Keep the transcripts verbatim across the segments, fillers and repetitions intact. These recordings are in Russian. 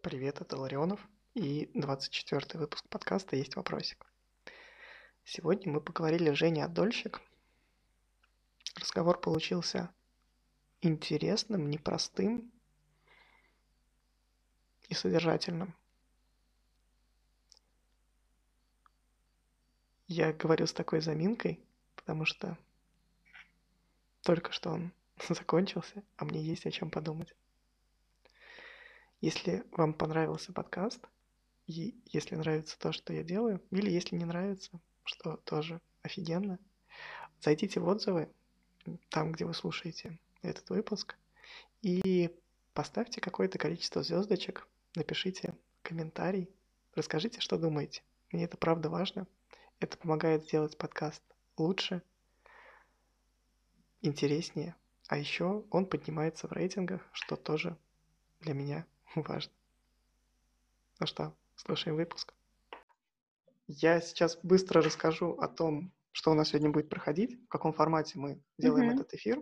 Привет, это Ларионов и двадцать четвёртый выпуск подкаста «Есть вопросик». Сегодня мы поговорили с Женей Адольщик. Разговор получился интересным, непростым и содержательным. Я говорю с такой заминкой, потому что только что он закончился, а мне есть о чем подумать. Если вам понравился подкаст, и если нравится то, что я делаю, или если не нравится, что тоже офигенно, зайдите в отзывы, там, где вы слушаете этот выпуск, и поставьте какое-то количество звездочек, напишите комментарий, расскажите, что думаете. Мне это правда важно. Это помогает сделать подкаст лучше, интереснее, а еще он поднимается в рейтингах, что тоже для меня важно. Ну что, слушаем выпуск. Я сейчас быстро расскажу о том, что у нас сегодня будет проходить, в каком формате мы делаем Мгм. этот эфир.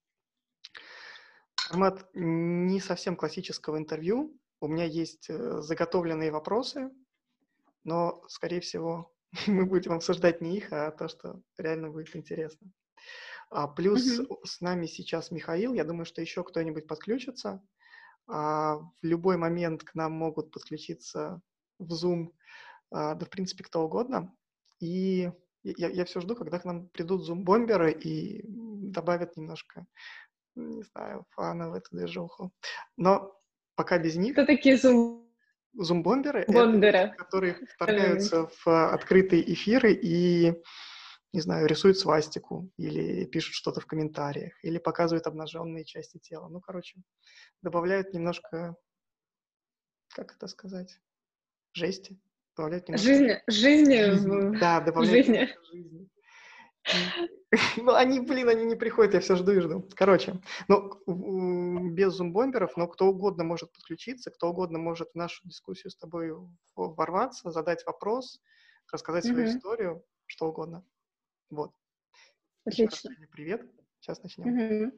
Формат не совсем классического интервью. У меня есть э, заготовленные вопросы, но, скорее всего, мы будем обсуждать не их, а то, что реально будет интересно. А плюс Мгм. с нами сейчас Михаил. Я думаю, что еще кто-нибудь подключится. А в любой момент к нам могут подключиться в Zoom, а, да, в принципе, кто угодно. И я, я все жду, когда к нам придут зум-бомберы и м, добавят немножко, не знаю, фана в эту движуху. Но пока без них. Кто такие Зумбомберы — это люди, зумбомберы? которые Эм, вторгаются в открытые эфиры и, не знаю, рисуют свастику или пишут что-то в комментариях, или показывают обнаженные части тела. Ну, короче, добавляют немножко, как это сказать, жести, добавляют немножко Жизнь, жизни жизни. в, Да, в добавляют жизни. немножко жизни. И, ну, они, блин, они не приходят, я все жду и жду. Короче, ну, м, без зумбомберов, но кто угодно может подключиться, кто угодно может в нашу дискуссию с тобой в- ворваться, задать вопрос, рассказать свою Мгм. историю, что угодно. Вот. Еще раз, Отлично. Женя, привет. Сейчас начнем. Мгм.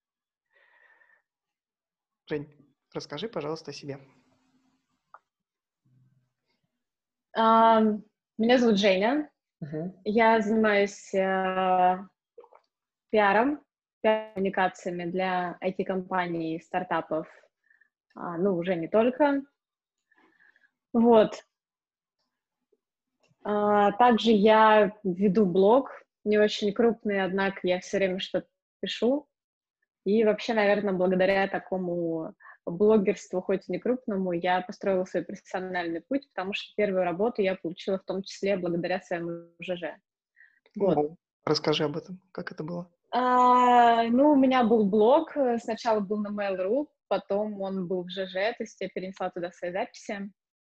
Жень, расскажи, пожалуйста, о себе. Ам, Меня зовут Женя. Мгм. Я занимаюсь э, пиаром, пиар-коммуникациями для ай ти-компаний, стартапов. А, ну, уже не только. Вот. А, также я веду блог, не очень крупный, однако я все время что-то пишу. И вообще, наверное, благодаря такому блогерству, хоть и не крупному, я построила свой профессиональный путь, потому что первую работу я получила в том числе благодаря своему ЖЖ. Вот. Воу. Расскажи об этом, как это было. А, ну, у меня был блог, э, сначала был на Mail.ru, потом он был в ЖЖ, то есть я перенесла туда свои записи.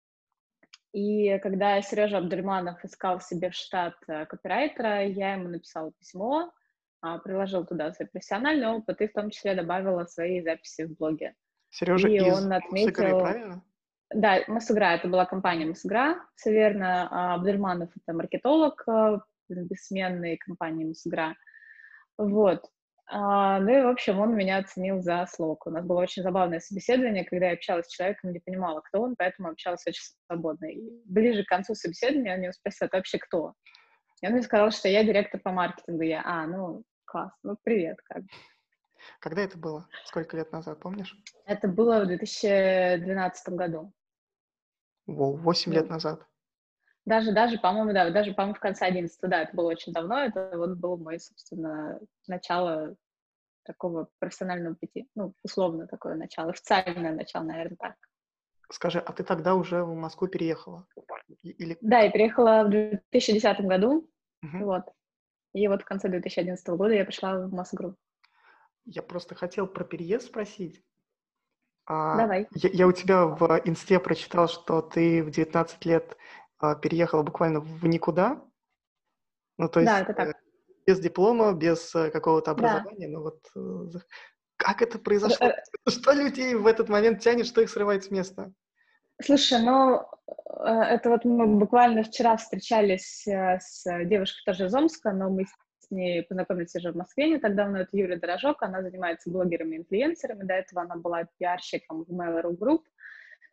И когда Сережа Абдульманов искал себе в штат э, копирайтера, я ему написала письмо, а, приложила туда свой профессиональный опыт и в том числе добавила свои записи в блоге. Сережа И из он Мосигры, отметил... правильно? Да, Мосигра, это была компания Мосигра, все верно. А Абдульманов — это маркетолог э, бессменной компании Мосигра. Вот. А, ну и, в общем, он меня оценил за слог. У нас было очень забавное собеседование, когда я общалась с человеком, не понимала, кто он, поэтому общалась очень свободно. И ближе к концу собеседования он меня спросил: «Ты вообще кто?» И он мне сказал, что я директор по маркетингу. Я: «А, ну, класс, ну, привет, как бы». Когда это было? Сколько лет назад, помнишь? Это было в две тысячи двенадцатом году. Воу, восемь лет Ну, назад. Даже, даже, по-моему, да, даже, по-моему, в конце одиннадцатого, да, это было очень давно, это вот было мое, собственно, начало такого профессионального пути, ну, условно такое начало, официальное начало, наверное, так. Скажи, а ты тогда уже в Москву переехала? И- Или Да, я как? переехала в две тысячи десятом году, Мгм. вот, и вот в конце две тысячи одиннадцатого года я пришла в Мосгрупп. Я просто хотел про переезд спросить. А, Давай. я, я у тебя в инсте прочитал, что ты в девятнадцать лет а, переехала буквально в никуда. Ну, то Да, есть это э, так. без диплома, без э, какого-то Да. образования. Ну вот э, за- как это Р- произошло? р- Что людей в этот момент тянет, что их срывает с места? Слушай, ну, э, это вот мы буквально вчера встречались э, с девушкой тоже из Омска, но мы с ней познакомились уже в Москве не так давно. Это Юлия Дорожок, она занимается блогерами и инфлюенсерами. До этого она была пиарщиком в Mail.ru Group.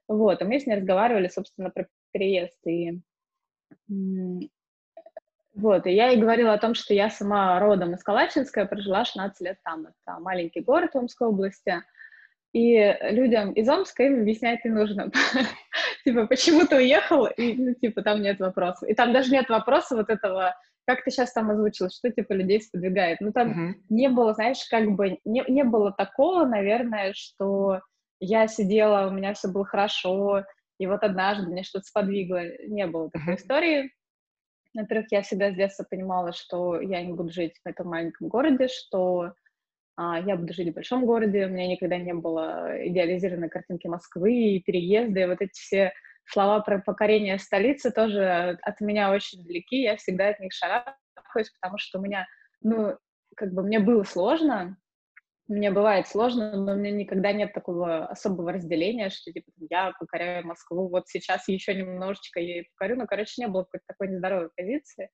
Вот, и мы с ней разговаривали, собственно, про переезд, и м, вот, и я ей говорила о том, что я сама родом из Калачинска, прожила шестнадцать лет там. Это маленький город в Омской области. И людям из Омска им объяснять не нужно. Типа, почему ты уехал, и, ну, типа, там нет вопросов. И там даже нет вопроса вот этого, как ты сейчас там озвучила, что, типа, людей сподвигает. Ну, там Мгм. не было, знаешь, как бы, не, не было такого, наверное, что я сидела, у меня все было хорошо, и вот однажды меня что-то сподвигло. Не было такой Мгм. истории. Во-первых, я всегда с детства понимала, что я не буду жить в этом маленьком городе, что а, я буду жить в большом городе. У меня никогда не было идеализированной картинки Москвы и переезда, и вот эти все слова про покорение столицы тоже от меня очень далеки. Я всегда от них шарахаюсь, потому что у меня, ну, как бы мне было сложно, мне бывает сложно, но у меня никогда нет такого особого разделения, что, типа, там, я покоряю Москву, вот сейчас еще немножечко я ее покорю, но, короче, не было какой-то такой нездоровой позиции.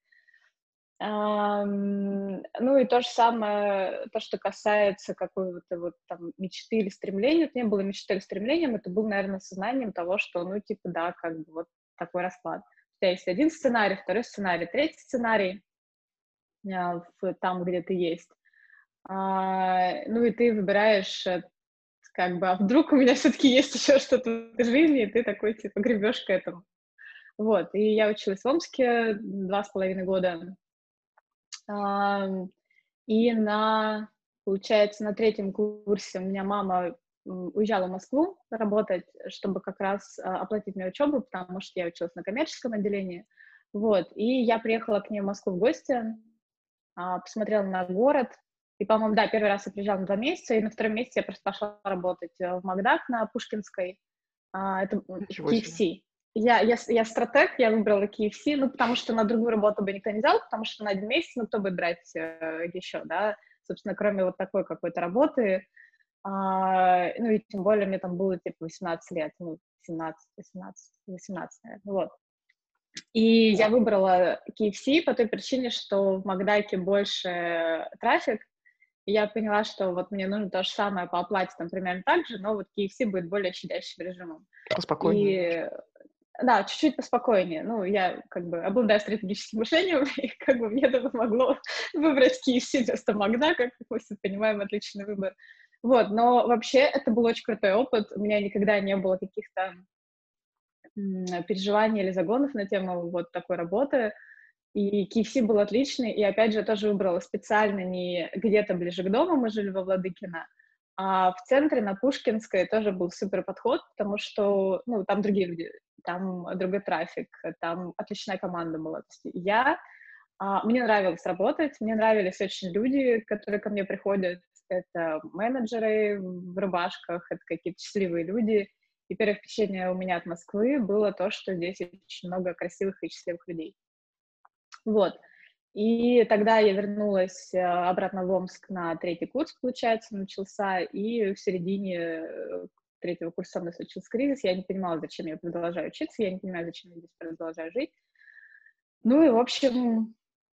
Ам, ну и то же самое, то, что касается какой-то вот там мечты или стремления, это не было мечтой или стремлением, это было, наверное, сознанием того, что, ну, типа, да, как бы вот такой расклад. У тебя есть один сценарий, второй сценарий, третий сценарий, а, в, там, где ты есть. А, ну и ты выбираешь, э, как бы, а вдруг у меня все-таки есть еще что-то в жизни, и ты такой, типа, гребешь к этому. Вот, и я училась в Омске два с половиной года, ам, и на, получается, на третьем курсе у меня мама м, уезжала в Москву работать, чтобы как раз а, оплатить мне учебу, потому что я училась на коммерческом отделении. Вот, и я приехала к ней в Москву в гости, а, посмотрела на город, и, по-моему, да, первый раз я приезжала на два месяца, и на втором месяце я просто пошла работать э, в Макдак на Пушкинской, а, это м, в Ничего себе. Ки Эф Си. Я, я, с- я стратег, я выбрала Ки Эф Си, ну, потому что на другую работу бы никто не взял, потому что на один месяц, ну, кто будет брать э, еще, да, собственно, кроме вот такой какой-то работы, а, ну, и тем более мне там было, типа, восемнадцать лет, ну, семнадцать, восемнадцать, восемнадцать, наверное, вот. И я выбрала Ки Эф Си по той причине, что в Макдаке больше трафик, и я поняла, что вот мне нужно то же самое по оплате, там, примерно так же, но вот Ки Эф Си будет более щадящим режимом. Поспокойнее немножко. И да, чуть-чуть поспокойнее. Ну, я как бы обладаю стратегическим мышлением, и как бы мне это помогло выбрать Ки Эф Си вместо Макдака, как мы все понимаем, отличный выбор. Вот, но вообще это был очень крутой опыт. У меня никогда не было каких-то м, переживаний или загонов на тему вот такой работы. И Ки Эф Си был отличный, и опять же, я тоже выбрала специально не где-то ближе к дому, мы жили во Владыкино, а в центре, на Пушкинской, тоже был супер подход, потому что, ну, там другие люди, там другой трафик, там отличная команда была. То есть я, а, мне нравилось работать, мне нравились очень люди, которые ко мне приходят, это менеджеры в рубашках, это какие-то счастливые люди, и первое впечатление у меня от Москвы было то, что здесь очень много красивых и счастливых людей. Вот. И тогда я вернулась э, обратно в Омск на третий курс, получается, начался, и в середине э, третьего курса со мной случился кризис, я не понимала, зачем я продолжаю учиться, я не понимаю, зачем я здесь продолжаю жить. Ну и, в общем,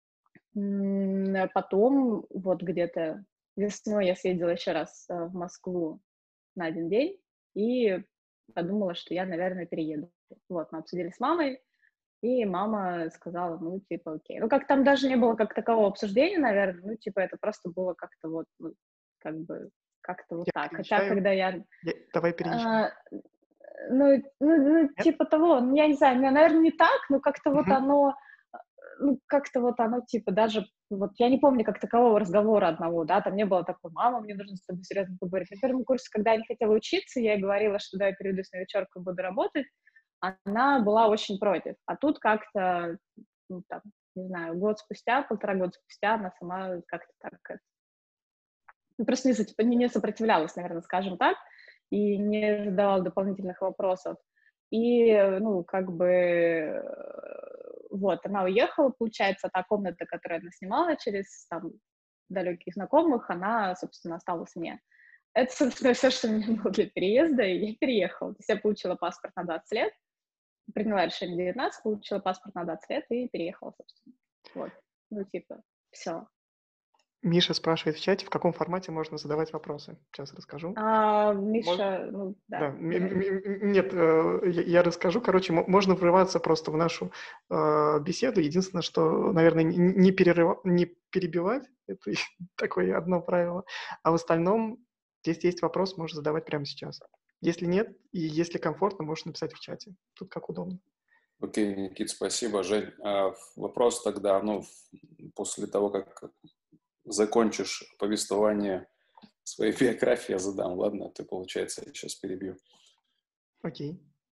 м, потом, вот где-то весной я съездила еще раз э, в Москву на один день и подумала, что я, наверное, перееду. Вот, мы обсудили с мамой, и мама сказала, ну, типа, окей. Ну, как там даже не было как такового обсуждения, наверное, ну, типа, это просто было как-то вот, ну, как бы, как-то вот Я так. Хотя, переезжаю. когда я, Я давай переезжай. а, ну, ну, ну, Нет? типа того, ну, я не знаю, ну, наверное, не так, но как-то вот Мгм. оно, а, ну, как-то вот оно, типа, даже, вот, я не помню как такового разговора одного, да, там не было такой, мама, мне нужно с тобой серьезно поговорить. На первом курсе, когда я не хотела учиться, я ей говорила, что да, я переведусь на вечерку и буду работать, она была очень против. А тут как-то, ну, там, не знаю, год спустя, полтора года спустя она сама как-то так, э, ну, просто не, за- не не сопротивлялась, наверное, скажем так, и не задавала дополнительных вопросов. И, э, ну, как бы, э, вот, она уехала, получается, та комната, которую она снимала через, там, далеких знакомых, она, собственно, осталась мне. Это, собственно, все, что у меня было для переезда, и я переехала. То есть я получила паспорт на двадцать лет, приняла решение в девятнадцать, получила паспорт на двадцать лет и переехала, собственно. Вот. Ну, типа, все. Миша спрашивает в чате, в каком формате можно задавать вопросы. Сейчас расскажу. А, Мож- Миша, ну Да, да, м- м- говори. м- нет, э, я я расскажу. Короче, мо- можно врываться просто в нашу э, беседу. Единственное, что, наверное, не, не перерыва- не перебивать, это и такое одно правило. А в остальном, если есть вопрос, можешь задавать прямо сейчас. Если нет, и если комфортно, можешь написать в чате. Тут как удобно. Окей, Никит, спасибо. Жень, а вопрос тогда, ну, в- после того, как закончишь повествование своей биографии, я задам, ладно? Ты, получается, я сейчас перебью. Окей.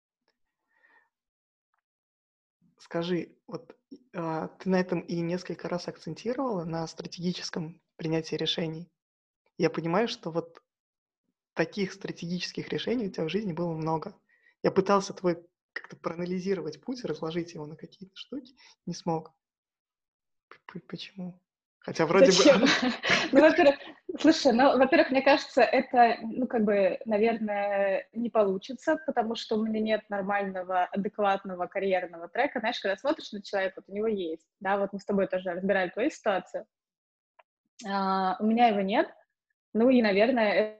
Скажи, вот а, ты на этом и несколько раз акцентировала, на стратегическом принятии решений. Я понимаю, что вот таких стратегических решений у тебя в жизни было много. Я пытался твой как-то проанализировать путь, разложить его на какие-то штуки, не смог. П- п- Почему? Хотя вроде бы Зачем? оно... Ну, во-первых, слушай, ну, во-первых, мне кажется, это, ну, как бы, наверное, не получится, потому что у меня нет нормального, адекватного карьерного трека. Знаешь, когда смотришь на человека, вот у него есть, да, вот мы с тобой тоже разбирали твою ситуацию, а, у меня его нет, ну и, наверное,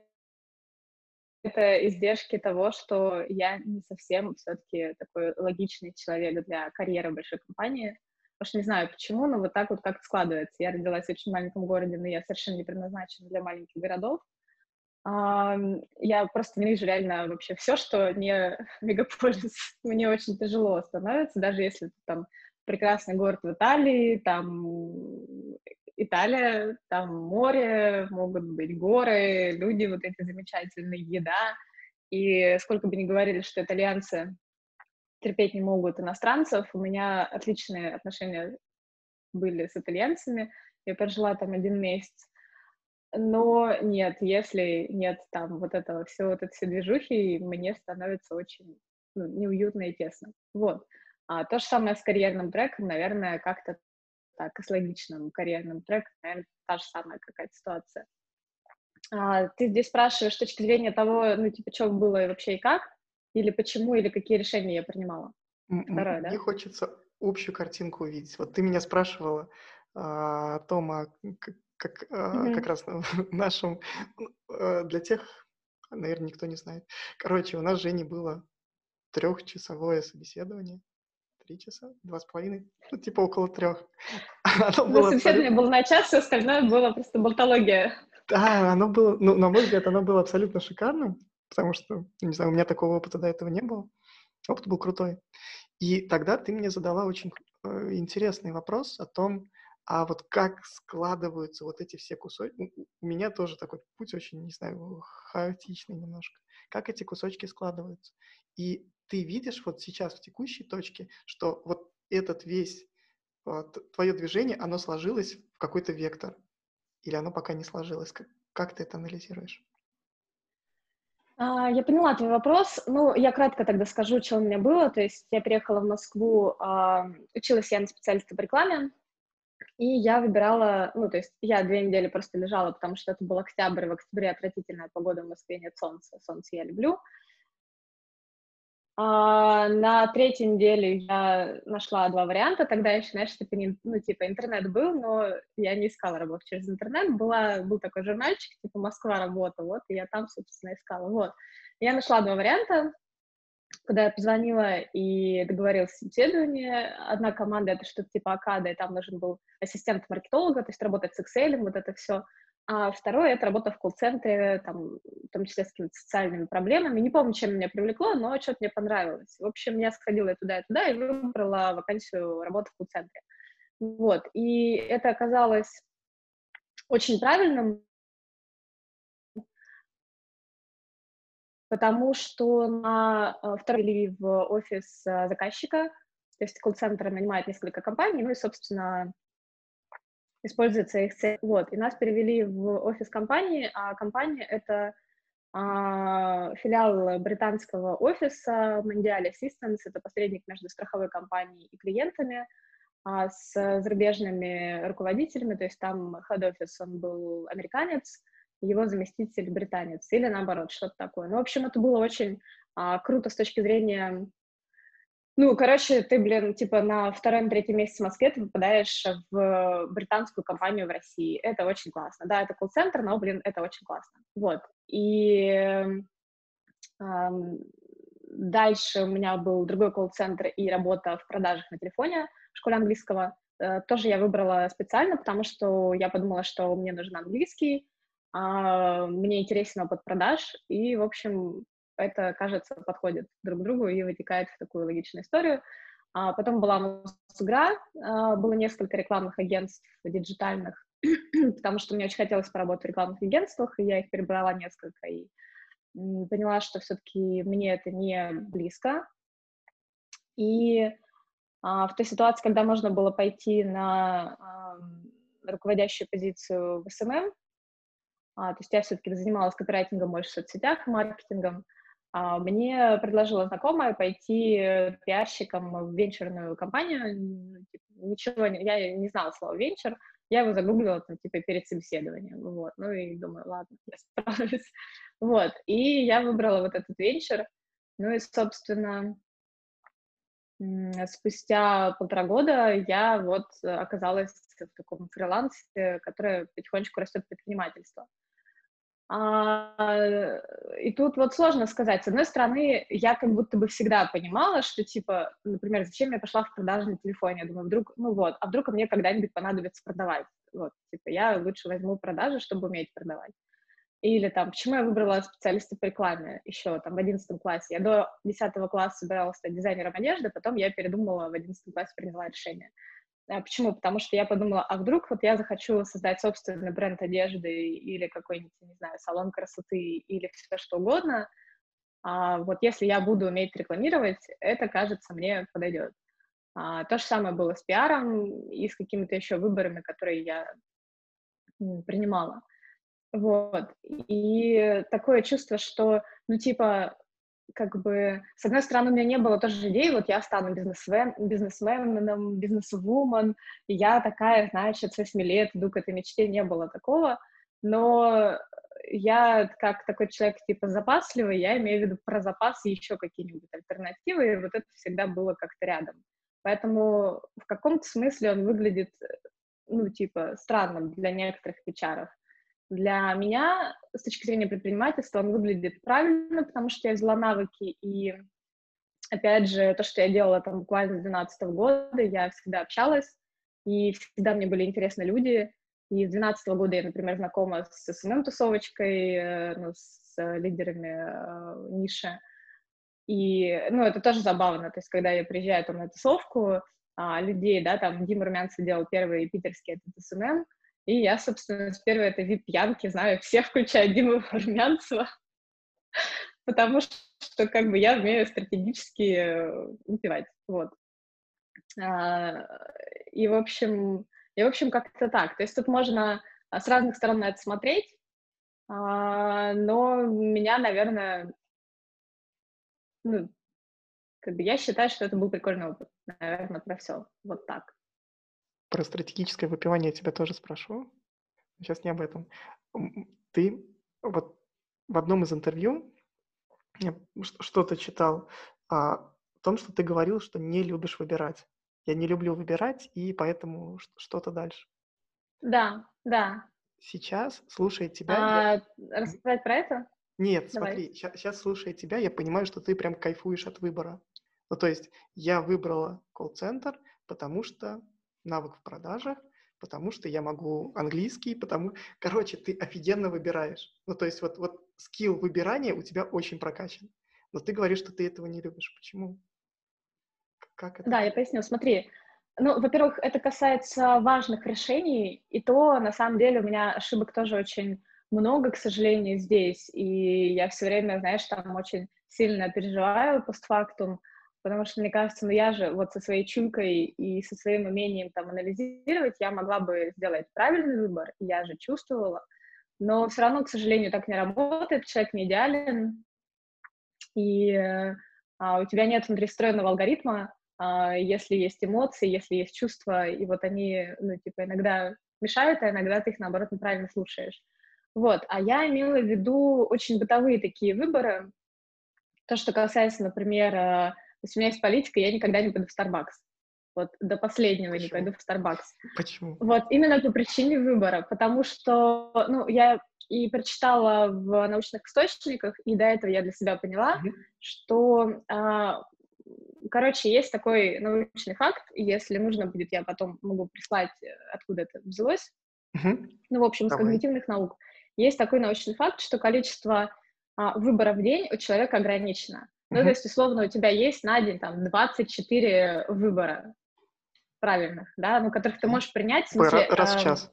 это издержки того, что я не совсем все-таки такой логичный человек для карьеры в большой компании. Потому что не знаю почему, но вот так вот как-то складывается. Я родилась в очень маленьком городе, но я совершенно не предназначена для маленьких городов. Ам, Я просто ненавижу реально вообще все, что не мегаполис. Мне очень тяжело становится, даже если это там прекрасный город в Италии, там Италия, там море, могут быть горы, люди вот эти замечательные, еда. И сколько бы ни говорили, что итальянцы терпеть не могут иностранцев, у меня отличные отношения были с итальянцами. Я прожила там один месяц. Но нет, если нет там вот этого всего, вот этой всей движухи, мне становится очень, ну, неуютно и тесно. Вот. А то же самое с карьерным треком, наверное, как-то так, и с логичным карьерным треком, наверное, та же самая какая-то ситуация. А, ты здесь спрашиваешь с точки зрения того, ну, типа, что было и вообще и как, или почему, или какие решения я принимала. М- м- Второе, Мне да? хочется общую картинку увидеть. Вот ты меня спрашивала а, о том, а, к- как, а, как Мгм. раз в нашем... ну, а, Для тех, наверное, никто не знает. Короче, у нас с Женей было трехчасовое собеседование. Три часа? Два с половиной? Ну, типа около трех. Оно Ну, было собеседование абсолютно... было на час, все остальное было просто болтология. Да, оно было... Ну, на мой взгляд, оно было абсолютно шикарным, потому что, не знаю, у меня такого опыта до этого не было. Опыт был крутой. И тогда ты мне задала очень э, интересный вопрос о том, а вот как складываются вот эти все кусочки. У у меня тоже такой путь очень, не знаю, хаотичный немножко. Как эти кусочки складываются? И ты видишь вот сейчас в текущей точке, что вот этот весь а, т- твое движение, оно сложилось в какой-то вектор, или оно пока не сложилось? Как, как ты это анализируешь? А, Я поняла твой вопрос. Ну, я кратко тогда скажу, что у меня было. То есть я переехала в Москву, а, училась я на специалиста по рекламе, и я выбирала, ну, то есть я две недели просто лежала, потому что это был октябрь, в октябре отвратительная погода в Москве, нет солнца, солнце я люблю. А, на третьей неделе я нашла два варианта. Тогда еще, знаешь, типа, не, ну, типа, интернет был, но я не искала работу через интернет. Была, был такой журнальчик, типа, «Москва работа», вот, и я там, собственно, искала, вот. Я нашла два варианта, куда я позвонила и договорилась о собеседовании. Одна команда — это что-то типа Акада, и там нужен был ассистент маркетолога, то есть работать с Excel, вот это все. А второе — это работа в колл-центре, там, в том числе с какими-то социальными проблемами. Не помню, чем меня привлекло, но что-то мне понравилось. В общем, я сходила и туда, и туда, и выбрала вакансию работы в колл-центре. Вот. И это оказалось очень правильным, потому что на э, второй ввели в офис э, заказчика, то есть колл-центр нанимает несколько компаний, ну и, собственно, используется их цель. Вот, и нас перевели в офис компании, а компания — это а, филиал британского офиса Mondial Assistance, это посредник между страховой компанией и клиентами, а, с зарубежными руководителями, то есть там head office, он был американец, его заместитель британец, или наоборот, что-то такое. Ну, в общем, это было очень а, круто с точки зрения Ну, короче, ты, блин, типа на втором-третьем месяце в Москве ты попадаешь в британскую компанию в России. Это очень классно. Да, это колл-центр, но, блин, это очень классно. Вот. И эм, дальше у меня был другой колл-центр и работа в продажах на телефоне в школе английского. Э, тоже я выбрала специально, потому что я подумала, что мне нужен английский, а мне интересен опыт продаж, и, в общем, это, кажется, подходит друг к другу и вытекает в такую логичную историю. А потом была Мосигра, а, было несколько рекламных агентств диджитальных, потому что мне очень хотелось поработать в рекламных агентствах, и я их перебрала несколько, и м, поняла, что все-таки мне это не близко. И а, в той ситуации, когда можно было пойти на ам, руководящую позицию в эс эм эм, а, то есть я все-таки занималась копирайтингом больше в соцсетях, маркетингом. А, мне предложила знакомая пойти э, пиарщиком в венчурную компанию. М, типа, Ничего, не- я не знала слова венчур, я его загуглила, там, типа, перед собеседованием, вот, ну и думаю, ладно, я справлюсь, вот, и я выбрала вот этот венчур, ну и, собственно, м, спустя полтора года я вот э, оказалась в таком фрилансе, которое потихонечку растет предпринимательство. А, и тут вот сложно сказать. С одной стороны, я как будто бы всегда понимала, что, типа, например, зачем я пошла в продажу на телефоне? Я думаю, вдруг, ну вот, а вдруг мне когда-нибудь понадобится продавать? Вот, типа, я лучше возьму продажи, чтобы уметь продавать. Или там, почему я выбрала специалиста по рекламе еще там в одиннадцатом классе? Я до десятого класса собиралась стать дизайнером одежды, потом я передумала, в одиннадцатом классе приняла решение. А почему? Потому что я подумала, а вдруг вот я захочу создать собственный бренд одежды или какой-нибудь, не знаю, салон красоты или все что угодно, а вот если я буду уметь рекламировать, это, кажется, мне подойдет. А, то же самое было с пиаром и с какими-то еще выборами, которые я м, принимала. Вот. И такое чувство, что, ну, типа, как бы, с одной стороны, у меня не было тоже идеи, вот я стану бизнесмен, бизнесменом, бизнесвумен, и я такая, значит, с восьми лет иду к этой мечте, не было такого, но я, как такой человек, типа, запасливый, я имею в виду про запасы еще какие-нибудь альтернативы, и вот это всегда было как-то рядом. Поэтому в каком-то смысле он выглядит, ну, типа, странным для некоторых эйч ар. Для меня, с точки зрения предпринимательства, он выглядит правильно, потому что я взяла навыки, и, опять же, то, что я делала там буквально с две тысячи двенадцатого года, я всегда общалась, и всегда мне были интересны люди, и с две тысячи двенадцатого года я, например, знакома с эс эм эм-тусовочкой, э, ну, с лидерами э, ниши, и, ну, это тоже забавно, то есть, когда я приезжаю там на тусовку, а, людей, да, там Дима Румянцев делал первый питерский этот эс эм эм, и я, собственно, с первой этой вип-пьянки знаю всех, включая Диму Румянцева, потому что, как бы, я умею стратегически э, выпивать, вот. А, и, в общем, и, в общем, как-то так. То есть тут можно а, с разных сторон на это смотреть, а, но меня, наверное, ну, как бы я считаю, что это был прикольный опыт. Наверное, про все. Вот так. Про стратегическое выпивание я тебя тоже спрошу. Сейчас не об этом. М, Ты вот в одном из интервью я ш- что-то читал а, о том, что ты говорил, что не любишь выбирать. Я не люблю выбирать, и поэтому ш- что-то дальше. Да, да. Сейчас, слушая тебя, я... А, М, рассказать про это? Нет, Давай. смотри, сейчас, слушая тебя, я понимаю, что ты прям кайфуешь от выбора. Ну, то есть я выбрала колл-центр, потому что навык в продажах, потому что я могу английский, потому... Короче, ты офигенно выбираешь. Ну, то есть вот, вот скилл выбирания у тебя очень прокачан. Но ты говоришь, что ты этого не любишь. Почему? К- Как это Да, я так? поясню. Смотри, ну, во-первых, это касается важных решений, и то, на самом деле, у меня ошибок тоже очень много, к сожалению, здесь, и я все время, знаешь, там очень сильно переживаю постфактум, потому что, мне кажется, ну, я же вот со своей чуйкой и со своим умением там анализировать, я могла бы сделать правильный выбор, я же чувствовала, но все равно, к сожалению, так не работает, человек не идеален, и э, а, у тебя нет внутристроенного алгоритма, а, если есть эмоции, если есть чувства, и вот они, ну, типа, иногда мешают, а иногда ты их, наоборот, неправильно слушаешь. Вот, а я имела в виду очень бытовые такие выборы, то, что касается, например, э, есть у меня есть политика, я никогда не пойду в Starbucks. Вот до последнего Почему? не пойду в Starbucks. Почему? Вот именно по причине выбора, потому что, ну, я и прочитала в научных источниках, и до этого я для себя поняла, Мгм. что, а, короче, есть такой научный факт, и если нужно будет, я потом могу прислать, э, откуда это взялось. Мгм. Ну, в общем, из Давай. когнитивных наук. Есть такой научный факт, что количество а, выборов в день у человека ограничено. Ну, то Мгм. есть, условно, у тебя есть на день там двадцать четыре выбора правильных, да, ну, которых ты Окей. можешь принять, в Типа ра- смысле, раз в ам, час.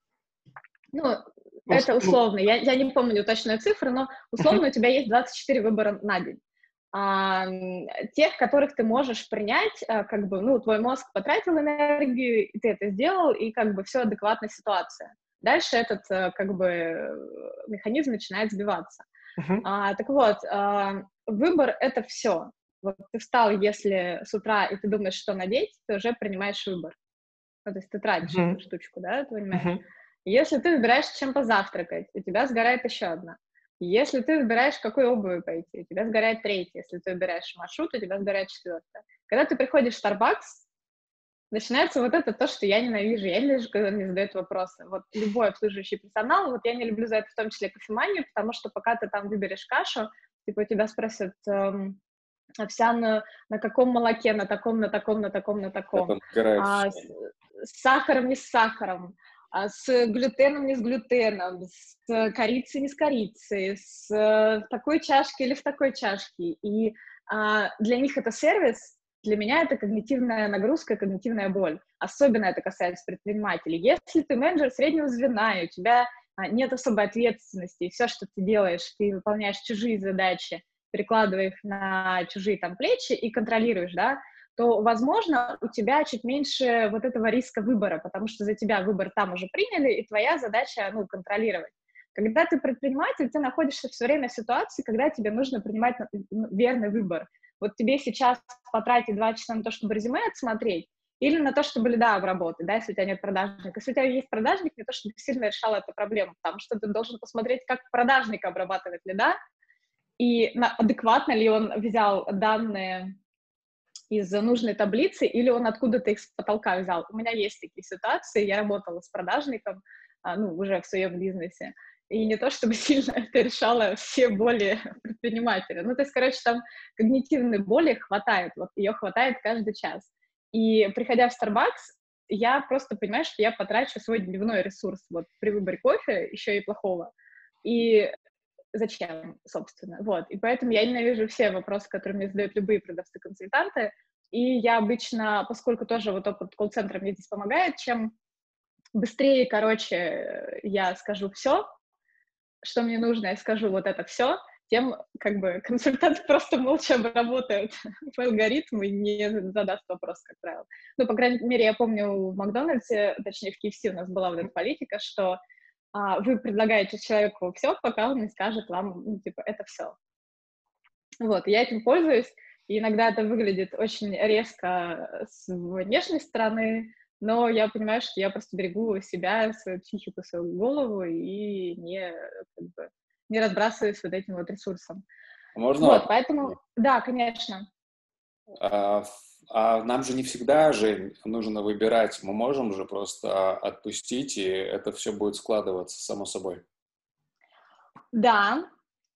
ну, Ну, с- это ну, условно, я, я не помню точную цифру, но мгм. условно у тебя есть двадцать четыре выбора на день. А, м, тех, которых ты можешь принять, а, как бы, ну, твой мозг потратил энергию, и ты это сделал, и как бы все адекватная ситуация. Дальше этот, э, как бы, э, механизм начинает сбиваться. Мгм. А, так вот, а, выбор — это все. Вот ты встал, если с утра, и ты думаешь, что надеть, ты уже принимаешь выбор. Ну, то есть ты тратишь Мгм. эту штучку, да, ты понимаешь? Мгм. Если ты выбираешь, чем позавтракать, у тебя сгорает еще одна. Если ты выбираешь, какой обуви пойти, у тебя сгорает третья. Если ты выбираешь маршрут, у тебя сгорает четвертая. Когда ты приходишь в Starbucks, начинается вот это то, что я ненавижу. Я ненавижу, когда мне задают вопросы. Вот любой обслуживающий персонал, вот я не люблю за это в том числе кофеманию, потому что пока ты там выберешь кашу, типа у тебя спросят эм, овсяную на каком молоке, на таком, на таком, на таком, на таком, Это нагорает а, все. с, с сахаром, не с сахаром, а с глютеном, не с глютеном, с корицей, не с корицей, с э, в такой чашке или в такой чашке. И а, для них это сервис, для меня это когнитивная нагрузка, когнитивная боль. Особенно это касается предпринимателей. Если ты менеджер среднего звена, и у тебя а, нет особой ответственности, и все, что ты делаешь, ты выполняешь чужие задачи, перекладывая их на чужие там плечи и контролируешь, да, то, возможно, у тебя чуть меньше вот этого риска выбора, потому что за тебя выбор там уже приняли, и твоя задача, ну, контролировать. Когда ты предприниматель, ты находишься все время в ситуации, когда тебе нужно принимать верный выбор. Вот тебе сейчас потратить два часа на то, чтобы резюме отсмотреть, или на то, чтобы лида обработать, да, если у тебя нет продажника. Если у тебя есть продажник, не то, чтобы сильно решала эту проблему, потому что ты должен посмотреть, как продажник обрабатывает лида, и на, адекватно ли он взял данные из нужной таблицы, или он откуда-то их с потолка взял. У меня есть такие ситуации, я работала с продажником, а, ну, уже в своем бизнесе, и не то чтобы сильно это решало все боли предпринимателя. Ну, то есть, короче, там когнитивной боли хватает, вот ее хватает каждый час. И приходя в Starbucks, я просто понимаю, что я потрачу свой дневной ресурс вот при выборе кофе, еще и плохого. И зачем, собственно, вот, и поэтому я ненавижу все вопросы, которые мне задают любые продавцы-консультанты, и я обычно, поскольку тоже вот опыт колл-центра мне здесь помогает, чем быстрее, короче, я скажу все, что мне нужно, я скажу вот это все, тем, как бы, консультант просто молча обработает по алгоритму и не задаст вопрос, как правило. Ну, по крайней мере, я помню в Макдональдсе, точнее, в кей эф си у нас была вот эта политика, что а, вы предлагаете человеку все, пока он не скажет вам, ну, типа, это все. Вот, я этим пользуюсь, и иногда это выглядит очень резко с внешней стороны, но я понимаю, что я просто берегу себя, свою психику, свою голову и не, как бы, не разбрасываюсь вот этим вот ресурсом. Можно Вот, вопрос? поэтому, да, конечно. А, ф- а нам же не всегда, Жень, нужно выбирать. Мы можем же просто отпустить, и это все будет складываться само собой. Да,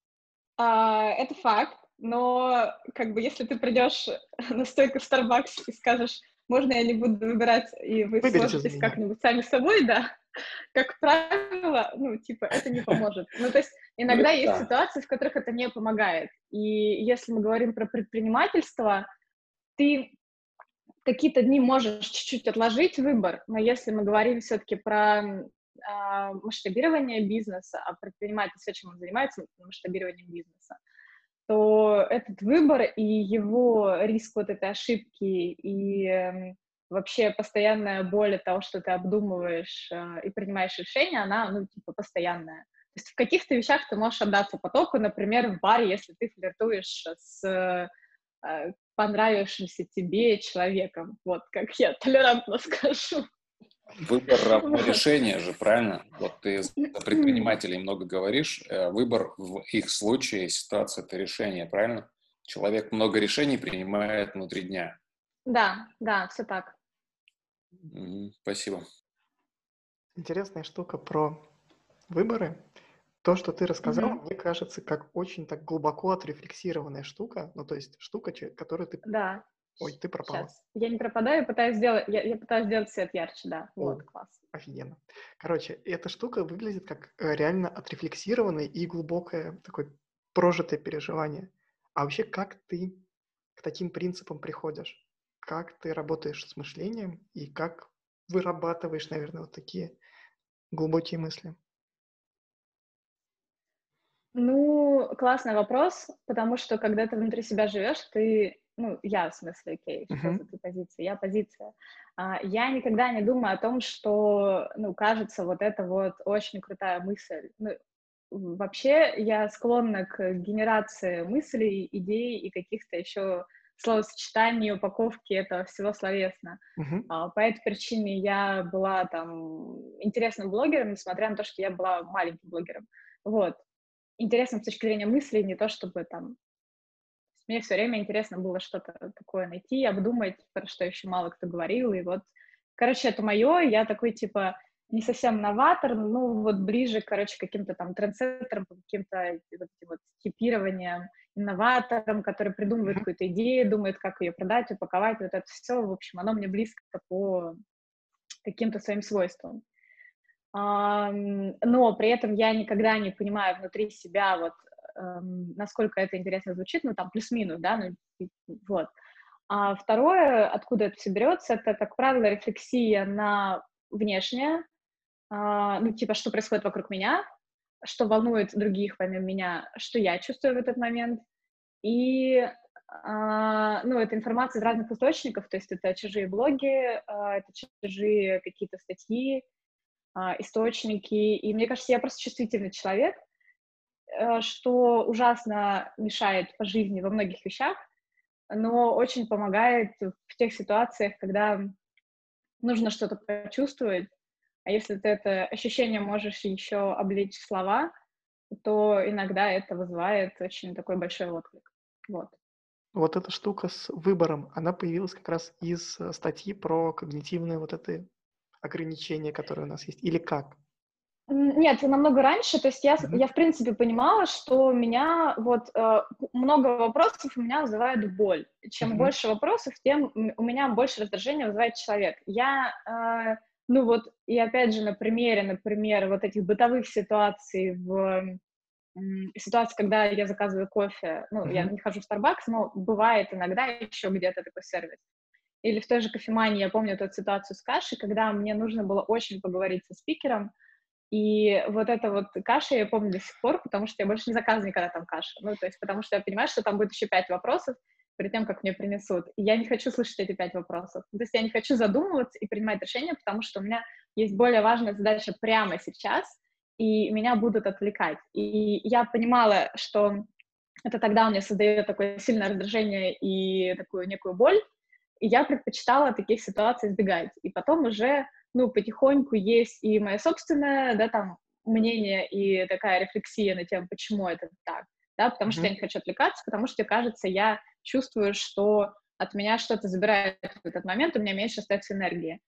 а, это факт, но как бы если ты придешь на стойку в Starbucks и скажешь, можно я не буду выбирать, и вы Выберите за сложитесь меня. как-нибудь сами с собой, да, как правило, ну, типа, это не поможет. Ну, то есть Ну, иногда это есть да. ситуации, в которых это не помогает. И если мы говорим про предпринимательство, ты какие-то дни можешь чуть-чуть отложить выбор, но если мы говорим все-таки про а, масштабирование бизнеса, а предприниматель все, чем он занимается, масштабированием бизнеса, то этот выбор и его риск вот этой ошибки и э, вообще постоянная боль от того, что ты обдумываешь э, и принимаешь решения, она, ну, типа, постоянная. То есть в каких-то вещах ты можешь отдаться потоку, например, в баре, если ты флиртуешь с э, понравившимся тебе человеком, вот, как я толерантно скажу. Выбор равно Вот. решение же, правильно? Вот ты за предпринимателей много говоришь. э, Выбор в их случае, ситуация — это решение, правильно? человек много решений принимает внутри дня. Да, да, все так. Мгм. Спасибо. Интересная штука про выборы. То, что ты рассказала, Мгм. мне кажется, как очень так глубоко отрефлексированная штука. Ну, то есть штука, че- которую ты... Да. Ой, ты пропала. Сейчас. Я не пропадаю, пытаюсь сделать, я, я пытаюсь сделать свет ярче, да. О, Вот, класс. офигенно. Короче, эта штука выглядит как э, реально отрефлексированное и глубокое такое прожитое переживание. А вообще, как ты к таким принципам приходишь? Как ты работаешь с мышлением и как вырабатываешь, наверное, вот такие глубокие мысли? Ну, классный вопрос, потому что когда ты внутри себя живешь, ты, ну, я в смысле, окей, что за Мгм. ты позиция, я позиция. А, я никогда не думаю о том, что, ну, кажется, вот это вот очень крутая мысль. Ну, м, вообще я склонна к генерации мыслей, идей и каких-то еще словосочетаний, упаковки этого всего словесно. Мгм. А, по этой причине я была там интересным блогером, несмотря на то, что я была маленьким блогером. Вот. Интересно с точки зрения мыслей, не то чтобы там... Мне все время интересно было что-то такое найти, обдумать, про что еще мало кто говорил, и вот, короче, это мое, я такой, типа, не совсем новатор, ну, вот ближе, короче, к каким-то там трендсеттерам, к каким-то вот этим вот типированиям, инноваторам, которые придумывают Мгм. какую-то идею, думают, как ее продать, упаковать, вот это все, в общем, оно мне близко по каким-то своим свойствам. Ам, но при этом я никогда не понимаю внутри себя, вот, эм, насколько это интересно звучит, ну, там, плюс-минус, да, ну, и- вот. А второе, откуда это все берется, это, как правило, рефлексия на внешнее, а, ну, типа, что происходит вокруг меня, что волнует других помимо меня, что я чувствую в этот момент, и, а, ну, это информация из разных источников, то есть это чужие блоги, а, это чужие какие-то статьи, а, источники. И мне кажется, я просто чувствительный человек, э, что ужасно мешает по жизни во многих вещах, но очень помогает в тех ситуациях, когда нужно что-то почувствовать. А если ты это ощущение можешь еще облечь в слова, то иногда это вызывает очень такой большой отклик. Вот. Вот эта штука с выбором, она появилась как раз из э, статьи про когнитивные вот это ограничения, которые у нас есть. Или как? М, Нет, намного раньше. То есть я, с- Мгм. я в принципе понимала, что меня вот э, много вопросов у меня вызывает боль. Чем Мгм. больше вопросов, тем м- у меня больше раздражения вызывает человек. Я, э, ну вот, и опять же на примере, например, вот этих бытовых ситуаций в м, ситуации, когда я заказываю кофе, ну, я Мгм. не хожу в Starbucks, но бывает иногда еще где-то такой сервис. Или в той же кофемании я помню эту ситуацию с кашей, когда мне нужно было очень поговорить со спикером, и вот эта вот каша я помню до сих пор, потому что я больше не заказываю никогда там кашу. Ну, то есть потому что я понимаю, что там будет еще пять вопросов перед тем, как мне принесут. И я не хочу слышать эти пять вопросов. То есть я не хочу задумываться и принимать решения, потому что у меня есть более важная задача прямо сейчас, и меня будут отвлекать. И я понимала, что это тогда у меня создает такое сильное раздражение и такую некую боль, и я предпочитала таких ситуаций избегать. И потом уже, ну, потихоньку есть и мое собственное, да, там, мнение и такая рефлексия на тему, почему это так, да, потому что я Мгм. не хочу отвлекаться, потому что, кажется, я чувствую, что от меня что-то забирает в этот момент, у меня меньше остается энергии.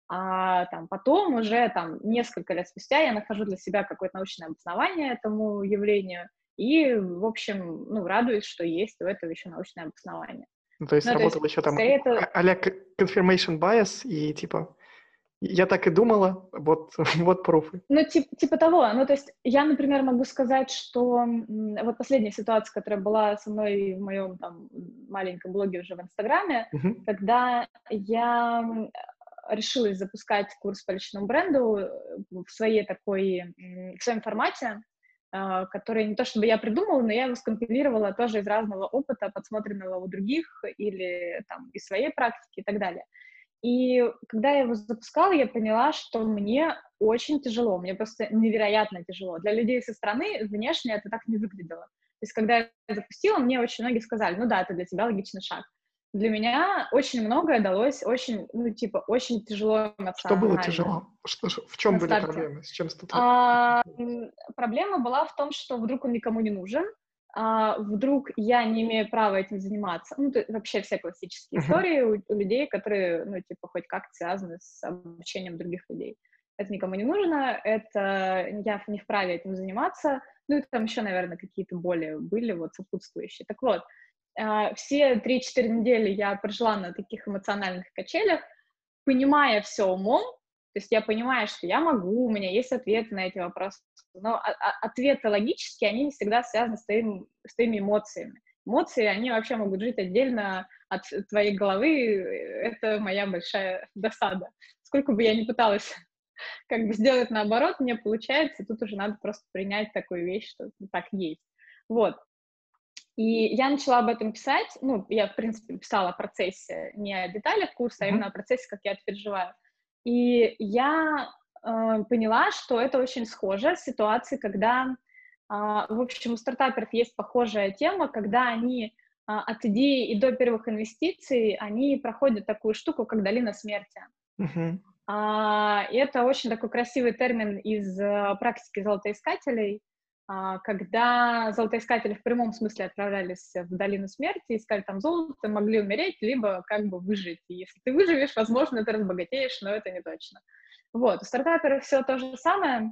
А там потом уже там несколько лет спустя я нахожу для себя какое-то научное обоснование этому явлению и, в общем, ну, радуюсь, что есть у этого еще научное обоснование. Ну, то есть Ну, то есть, работал еще там скорее, это... а- а-ля к- confirmation bias и типа я так и думала, вот, вот пруфы. Ну, тип, типа того. Ну, то есть я, например, могу сказать, что м, вот последняя ситуация, которая была со мной в моем там маленьком блоге уже в Инстаграме, Мгм. когда я м, решилась запускать курс по личному бренду э, в своей такой, м, в своем формате, а, который не то чтобы я придумала, но я его скомпилировала тоже из разного опыта, подсмотренного у других или там из своей практики и так далее. И когда я его запускала, я поняла, что мне очень тяжело, мне просто невероятно тяжело. Для людей со стороны внешне это так не выглядело. То есть когда я запустила, мне очень многие сказали, ну да, это для тебя логичный шаг. Для меня очень многое далось, очень, ну, типа, очень тяжело Что было эмоционально тяжело? Что, ж- в чем на были старте. проблемы? С чем столкнулись? А, м, проблема была в том, что вдруг он никому не нужен, а, вдруг я не имею права этим заниматься. Ну, то, вообще все классические Мгм. истории у, у людей, которые, ну, типа, хоть как-то связаны с обучением других людей. Это никому не нужно, это я не вправе этим заниматься. Ну, и там еще, наверное, какие-то более были вот сопутствующие. Так вот, а, все три-четыре недели я прожила на таких эмоциональных качелях, понимая все умом, то есть я понимаю, что я могу, у меня есть ответы на эти вопросы, но а- а- ответы логические, они не всегда связаны с, твоим, с твоими эмоциями. Эмоции, они вообще могут жить отдельно от твоей головы, это моя большая досада. Сколько бы я ни пыталась как бы сделать наоборот, не получается, тут уже надо просто принять такую вещь, что так есть. Вот. И я начала об этом писать, ну, я, в принципе, писала о процессе, не о деталях курса, а именно Мгм. о процессе, как я это переживаю. И я э, поняла, что это очень схоже с ситуацией, когда, а, в общем, у стартаперов есть похожая тема, когда они а, от идеи и до первых инвестиций, они проходят такую штуку, как долина смерти. Мгм. А, и это очень такой красивый термин из э, практики золотоискателей, а, когда золотоискатели в прямом смысле отправлялись в долину смерти, искали там золото, могли умереть, либо как бы выжить. И если ты выживешь, возможно, ты разбогатеешь, но это не точно. Вот, у стартаперов все то же самое,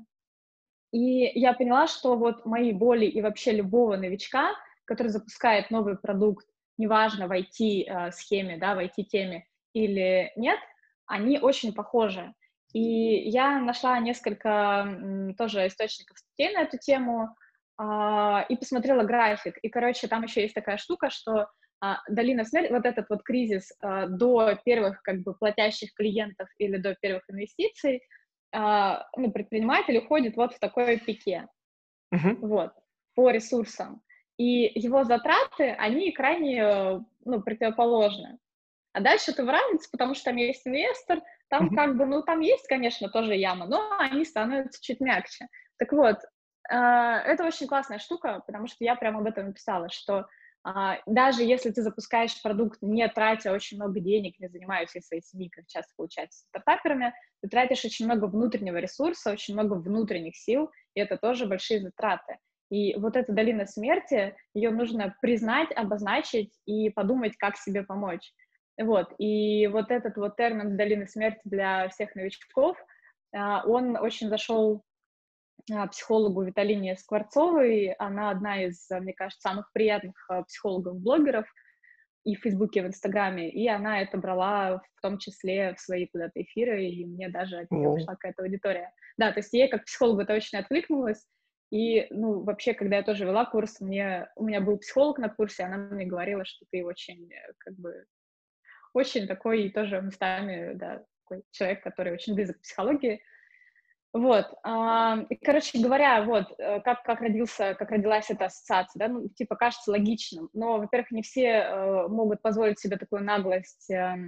и я поняла, что вот мои боли и вообще любого новичка, который запускает новый продукт, неважно, в ай ти-схеме, да, в ай ти-теме или нет, они очень похожи. И я нашла несколько м, тоже источников статей на эту тему а, и посмотрела график. И, короче, там еще есть такая штука, что а, долина смерти, вот этот вот кризис а, до первых как бы платящих клиентов или до первых инвестиций, а, ну, предприниматель уходит вот в такой пике, Мгм. вот, по ресурсам. И его затраты, они крайне, э, ну, противоположны. А дальше это выравнивается, потому что там есть инвестор, там Мгм. как бы, ну, там есть, конечно, тоже яма, но они становятся чуть мягче. Так вот, а, это очень классная штука, потому что я прямо об этом написала, что а, даже если ты запускаешь продукт, не тратя очень много денег, не занимаясь всей своей семьей, как часто получается с стартаперами, ты тратишь очень много внутреннего ресурса, очень много внутренних сил, и это тоже большие затраты. И вот эта долина смерти, ее нужно признать, обозначить и подумать, как себе помочь. Вот, и вот этот вот термин «долина смерти» для всех новичков, а, он очень зашел а, психологу Виталине Скворцовой. Она одна из, а, мне кажется, самых приятных а, психологов-блогеров и в Фейсбуке, и в Инстаграме, и она это брала в том числе в свои куда-то эфиры, и мне даже от нее Воу. ушла какая-то аудитория. Да, то есть ей как психологу это очень откликнулось, и, ну, вообще, когда я тоже вела курс, мне, у меня был психолог на курсе, она мне говорила, что ты очень, э, как бы, очень такой тоже местами, да, такой человек, который очень близок к психологии. Вот, а, и, короче говоря, вот, э, как, как родился, как родилась эта ассоциация, да, ну, типа, кажется логичным, но, во-первых, не все э, могут позволить себе такую наглость э,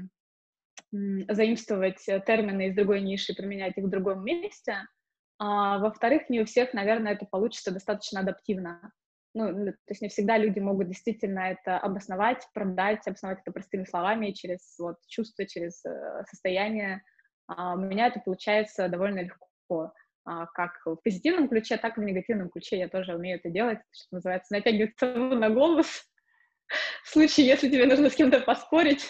м, заимствовать э, термины из другой ниши и применять их в другом месте, а, во-вторых, не у всех, наверное, это получится достаточно адаптивно. Ну, ну, то есть не всегда люди могут действительно это обосновать, продать, обосновать это простыми словами, через вот чувства, через э, состояние. А, у меня это получается довольно легко. А, как в позитивном ключе, так и в негативном ключе я тоже умею это делать, что называется, натягивать сову на голос. В случае, если тебе нужно с кем-то поспорить,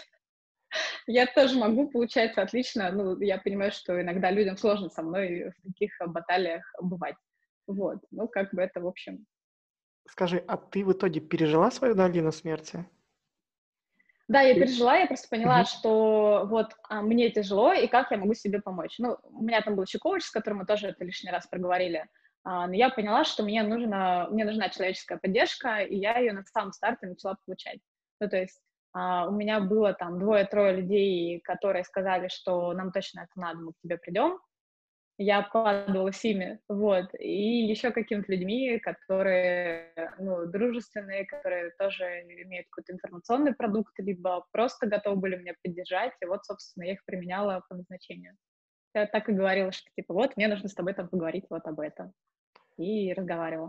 я тоже могу, получается, отлично. Ну, я понимаю, что иногда людям сложно со мной в таких э, баталиях бывать. Вот. Ну, как бы это, в общем. Скажи, а ты в итоге пережила свою долину смерти? Да, я Или- пережила, я просто поняла, Мгм. что вот а, мне тяжело, и как я могу себе помочь. Ну, у меня там был еще коуч, с которым мы тоже это лишний раз проговорили. А, но я поняла, что мне, нужно, мне нужна человеческая поддержка, и я ее на самом старте начала получать. Ну, то есть а, у меня было там двое-трое людей, которые сказали, что нам точно это надо, мы к тебе придем. Я обкладывалась ими, вот, и еще какими-то людьми, которые, ну, дружественные, которые тоже имеют какой-то информационный продукт, либо просто готовы были меня поддержать, и вот, собственно, я их применяла по назначению. Я так и говорила, что, типа, вот, мне нужно с тобой там поговорить вот об этом, и разговаривала.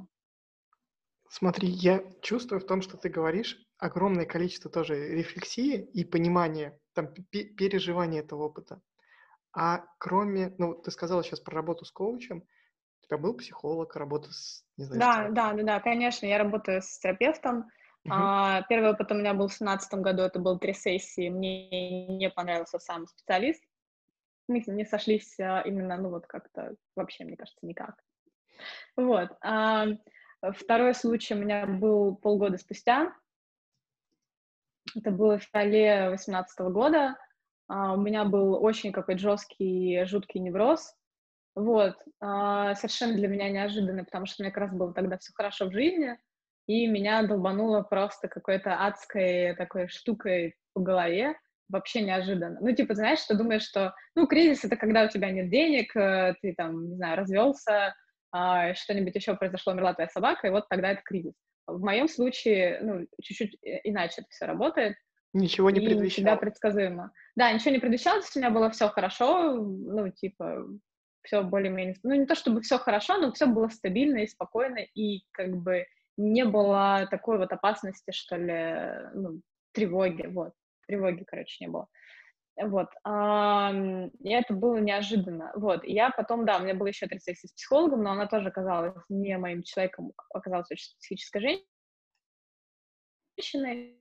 Смотри, я чувствую в том, что ты говоришь, огромное количество тоже рефлексии и понимания, там, пе- переживания этого опыта. А кроме, ну, ты сказала сейчас про работу с коучем, тебя был психолог, работа с, не знаю, с Да, терапевтом? да, да, да, конечно, я работаю с терапевтом. Мгм. А, Первый опыт у меня был в семнадцатом году, это было три сессии, мне не понравился сам специалист. Мы не сошлись а, именно, ну вот как-то вообще, мне кажется, никак. Вот. а, Второй случай у меня был полгода спустя. Это было в феврале восемнадцатого года. А, У меня был очень какой-то жесткий, жуткий невроз. Вот. а, Совершенно для меня неожиданно, потому что у меня как раз было тогда все хорошо в жизни, и меня долбануло просто какой-то адской такой штукой по голове, вообще неожиданно. Ну, типа, знаешь, ты думаешь, что, ну, кризис — это когда у тебя нет денег, э, ты там, не знаю, развелся, а, что-нибудь еще произошло, умерла твоя собака, и вот тогда это кризис. В моем случае, ну, чуть-чуть э, иначе это все работает Ничего не и не всегда предвещало. предсказуемо. Да, ничего не предвещалось, у меня было все хорошо, ну, типа, все более-менее, ну, не то чтобы все хорошо, но все было стабильно и спокойно, и как бы не было такой вот опасности, что ли, ну, тревоги, вот, тревоги, короче, не было. Вот, ам, и это было неожиданно, вот, и я потом, да, у меня была еще три сессии с психологом, но она тоже оказалась не моим человеком, оказалась очень специфической женщиной,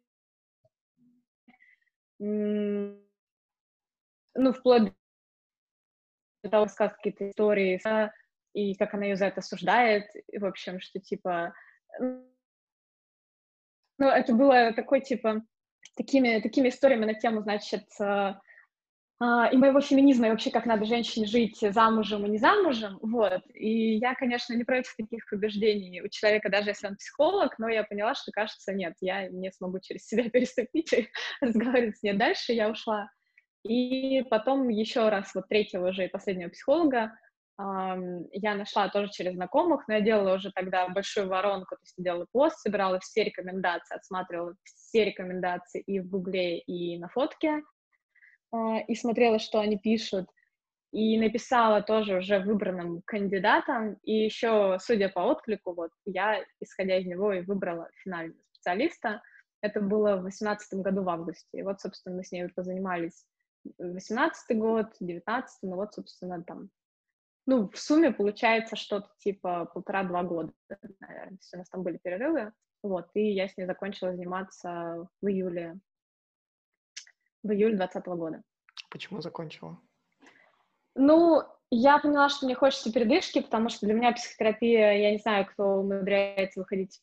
М, ну, вплоть до того, рассказывать какие-то истории, да, и как она ее за это осуждает, и, в общем, что, типа, м, ну, это было такой, типа, такими такими историями на тему, значит, э, а, и моего феминизма, и вообще, как надо женщине жить замужем и не замужем, вот. И я, конечно, не против таких убеждений у человека, даже если он психолог, но я поняла, что, кажется, нет, я не смогу через себя переступить и разговаривать с ней дальше, я ушла. И потом еще раз, вот третьего уже и последнего психолога, ам, я нашла тоже через знакомых, но я делала уже тогда большую воронку, то есть я делала пост, собирала все рекомендации, отсматривала все рекомендации и в Гугле, и на фотке, а, и смотрела, что они пишут, и написала тоже уже выбранным кандидатам, и еще, судя по отклику, вот я, исходя из него, и выбрала финального специалиста. Это было в восемнадцатом году в августе. И вот, собственно, мы с ней позанимались восемнадцатый год, девятнадцатый, ну вот, собственно, там, ну, в сумме получается что-то типа полтора-два года, наверное. То есть у нас там были перерывы, вот, и я с ней закончила заниматься в июле, в июле двадцатого года. Почему закончила? Ну, я поняла, что мне хочется передышки, потому что для меня психотерапия, я не знаю, кто умудряется выходить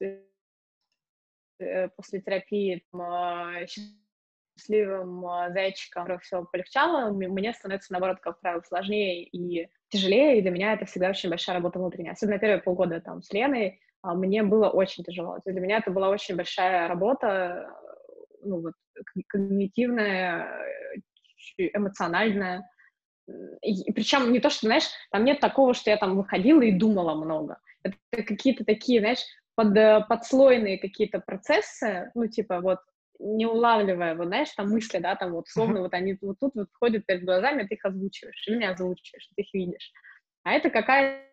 э, после терапии там, а, счастливым а, зайчиком, все полегчало, м- мне становится, наоборот, как правило, сложнее и тяжелее, и для меня это всегда очень большая работа внутренняя. Особенно первые полгода там с Леной а, мне было очень тяжело. То есть для меня это была очень большая работа, э, ну вот, к- когнитивная, э, ч- эмоциональная. И, причем не то, что, знаешь, там нет такого, что я там выходила и думала много. Это какие-то такие, знаешь, под, э, подслойные какие-то процессы, ну, типа, вот, не улавливая, вот, знаешь, там мысли, да, там вот, Мгм. условно, вот они вот тут вот входят перед глазами, ты их озвучиваешь, или не озвучиваешь, ты их видишь. А это какая-то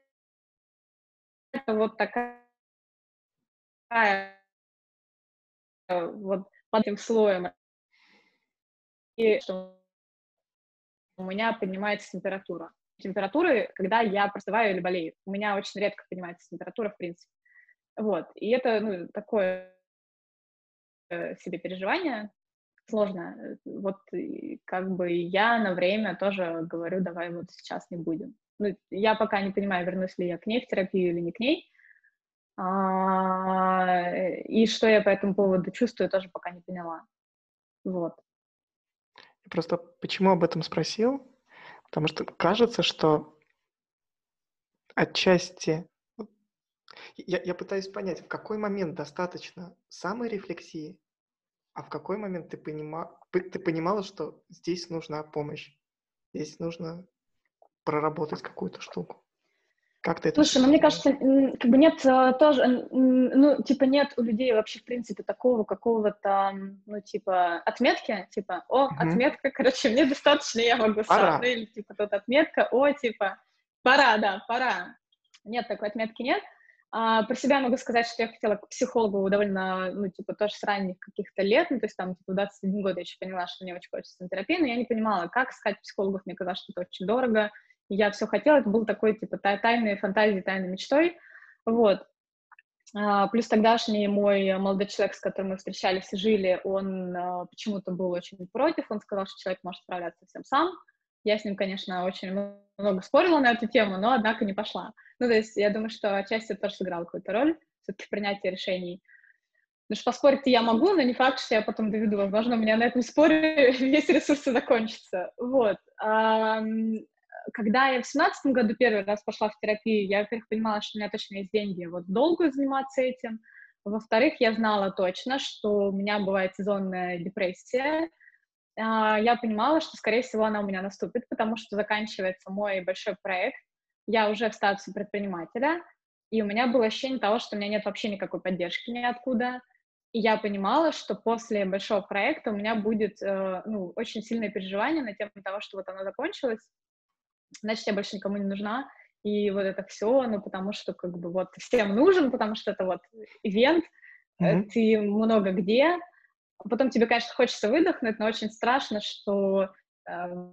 вот такая, э, вот, под этим слоем, и что у меня поднимается температура. Температуры, когда я простываю или болею. У меня очень редко поднимается температура, в принципе. Вот. И это, ну, такое э, себе переживание сложно. Э, Вот и как бы я на время тоже говорю, давай вот сейчас не будем. Ну, я пока не понимаю, вернусь ли я к ней в терапию или не к ней. А, э, и что я по этому поводу чувствую, тоже пока не поняла. Вот. Я просто почему об этом спросил? Потому что кажется, что отчасти... вот Я, я пытаюсь понять, в какой момент достаточно саморефлексии, а в какой момент ты, понима... п- ты понимала, что здесь нужна помощь, здесь нужно проработать какую-то штуку. Как ты это Слушай, ну мне почувствовала? кажется, м, как бы нет э, тоже, м, ну, типа нет у людей вообще, в принципе, такого какого-то, м, ну, типа, отметки, типа, о, Мгм. отметка, короче, мне достаточно, я могу сам, ну, Пора. или, типа, тут отметка, о, типа, пора, да, пора. Нет, такой отметки нет. А, про себя могу сказать, что я хотела к психологу довольно, ну, типа, тоже с ранних каких-то лет, ну, то есть там, типа, в двадцать один год я еще поняла, что мне очень хочется на терапию, но я не понимала, как искать психологов, мне казалось, что это очень дорого, и я все хотела, это был такой, типа, тай- тайной фантазией, тайной мечтой, вот. А, плюс тогдашний мой молодой человек, с которым мы встречались и жили, он а, почему-то был очень против, он сказал, что человек может справляться всем сам. Я с ним, конечно, очень много спорила на эту тему, но, однако, не пошла. Ну, то есть я думаю, что отчасти это тоже сыграло какую-то роль, все-таки в принятии решений. Потому что поспорить я могу, но не факт, что я потом доведу. Возможно, у меня на этом споре весь ресурс закончится. Вот. Когда я в семнадцатом году первый раз пошла в терапию, я, во-первых, понимала, что у меня точно есть деньги вот долго заниматься этим. Во-вторых, я знала точно, что у меня бывает сезонная депрессия. Я понимала, что, скорее всего, она у меня наступит, потому что заканчивается мой большой проект. Я уже в статусе предпринимателя, и у меня было ощущение того, что у меня нет вообще никакой поддержки ниоткуда. И я понимала, что после большого проекта у меня будет э, ну, очень сильное переживание на тему того, что вот оно закончилось, значит, я больше никому не нужна, и вот это все, ну, потому что, как бы, вот, всем нужен, потому что это вот ивент, Мгм. ты много где, потом тебе, конечно, хочется выдохнуть, но очень страшно, что, э,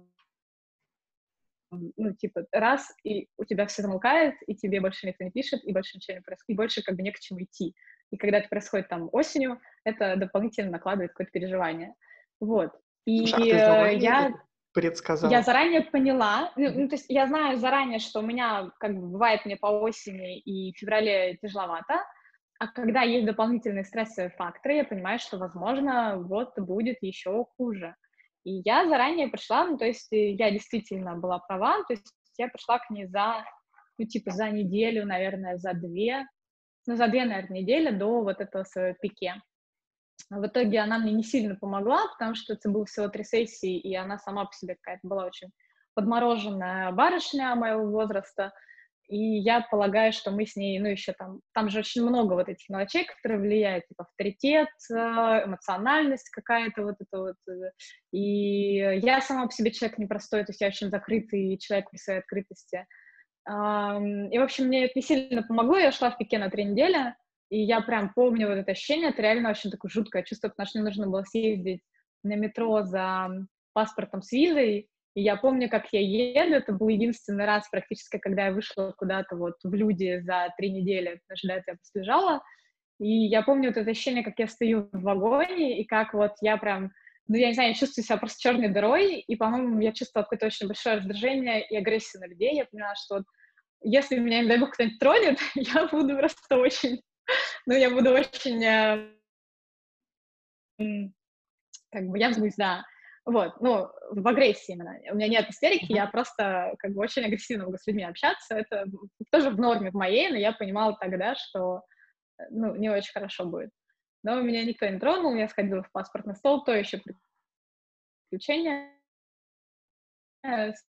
ну, типа, раз, и у тебя все замолкает, и тебе больше никто не пишет, и больше ничего не происходит, и больше, как бы, не к чему идти. И когда это происходит, там, осенью, это дополнительно накладывает какое-то переживание. Вот. Слушай, а И ты э, заранее я это Я предсказала? заранее поняла, ну, Мгм. ну, то есть я знаю заранее, что у меня, как бы, бывает мне по осени и феврале тяжеловато, а когда есть дополнительные стрессовые факторы, я понимаю, что, возможно, вот будет еще хуже. И я заранее пришла, ну, то есть э, я действительно была права, то есть я пришла к ней за, ну, типа, за неделю, наверное, за две, ну, за две, наверное, недели до вот этого своего пике. В итоге она мне не сильно помогла, потому что это было всего три сессии, и она сама по себе какая-то была очень подмороженная барышня моего возраста. И я полагаю, что мы с ней, ну, еще там, там же очень много вот этих мелочей, которые влияют, типа авторитет, э, эмоциональность какая-то вот это вот. э. И я сама по себе человек непростой, то есть я очень закрытый человек при своей открытости. Ам, И, в общем, мне это не сильно помогло, я шла в пике на три недели, и я прям помню вот это ощущение, это реально очень такое жуткое чувство, потому что мне нужно было съездить на метро за паспортом с визой, и я помню, как я еду, это был единственный раз практически, когда я вышла куда-то вот в люди за три недели, потому что до этого я просто лежала, и я помню вот это ощущение, как я стою в вагоне, и как вот я прям, ну, я не знаю, я чувствую себя просто черной дырой, и, по-моему, я чувствовала какое-то очень большое раздражение и агрессию на людей, я поняла, что вот если меня, не дай бог, кто-нибудь тронет, я буду просто очень, ну, я буду очень, э, м, как бы, я взбусь, да. Вот, ну, в агрессии именно. У меня нет истерики, Мгм. я просто, как бы, очень агрессивно могу с людьми общаться. Это тоже в норме в моей, но я понимала тогда, что, э, ну, не очень хорошо будет. Но меня никто не тронул, я сходила в паспортный стол, то еще приключение. Э, с-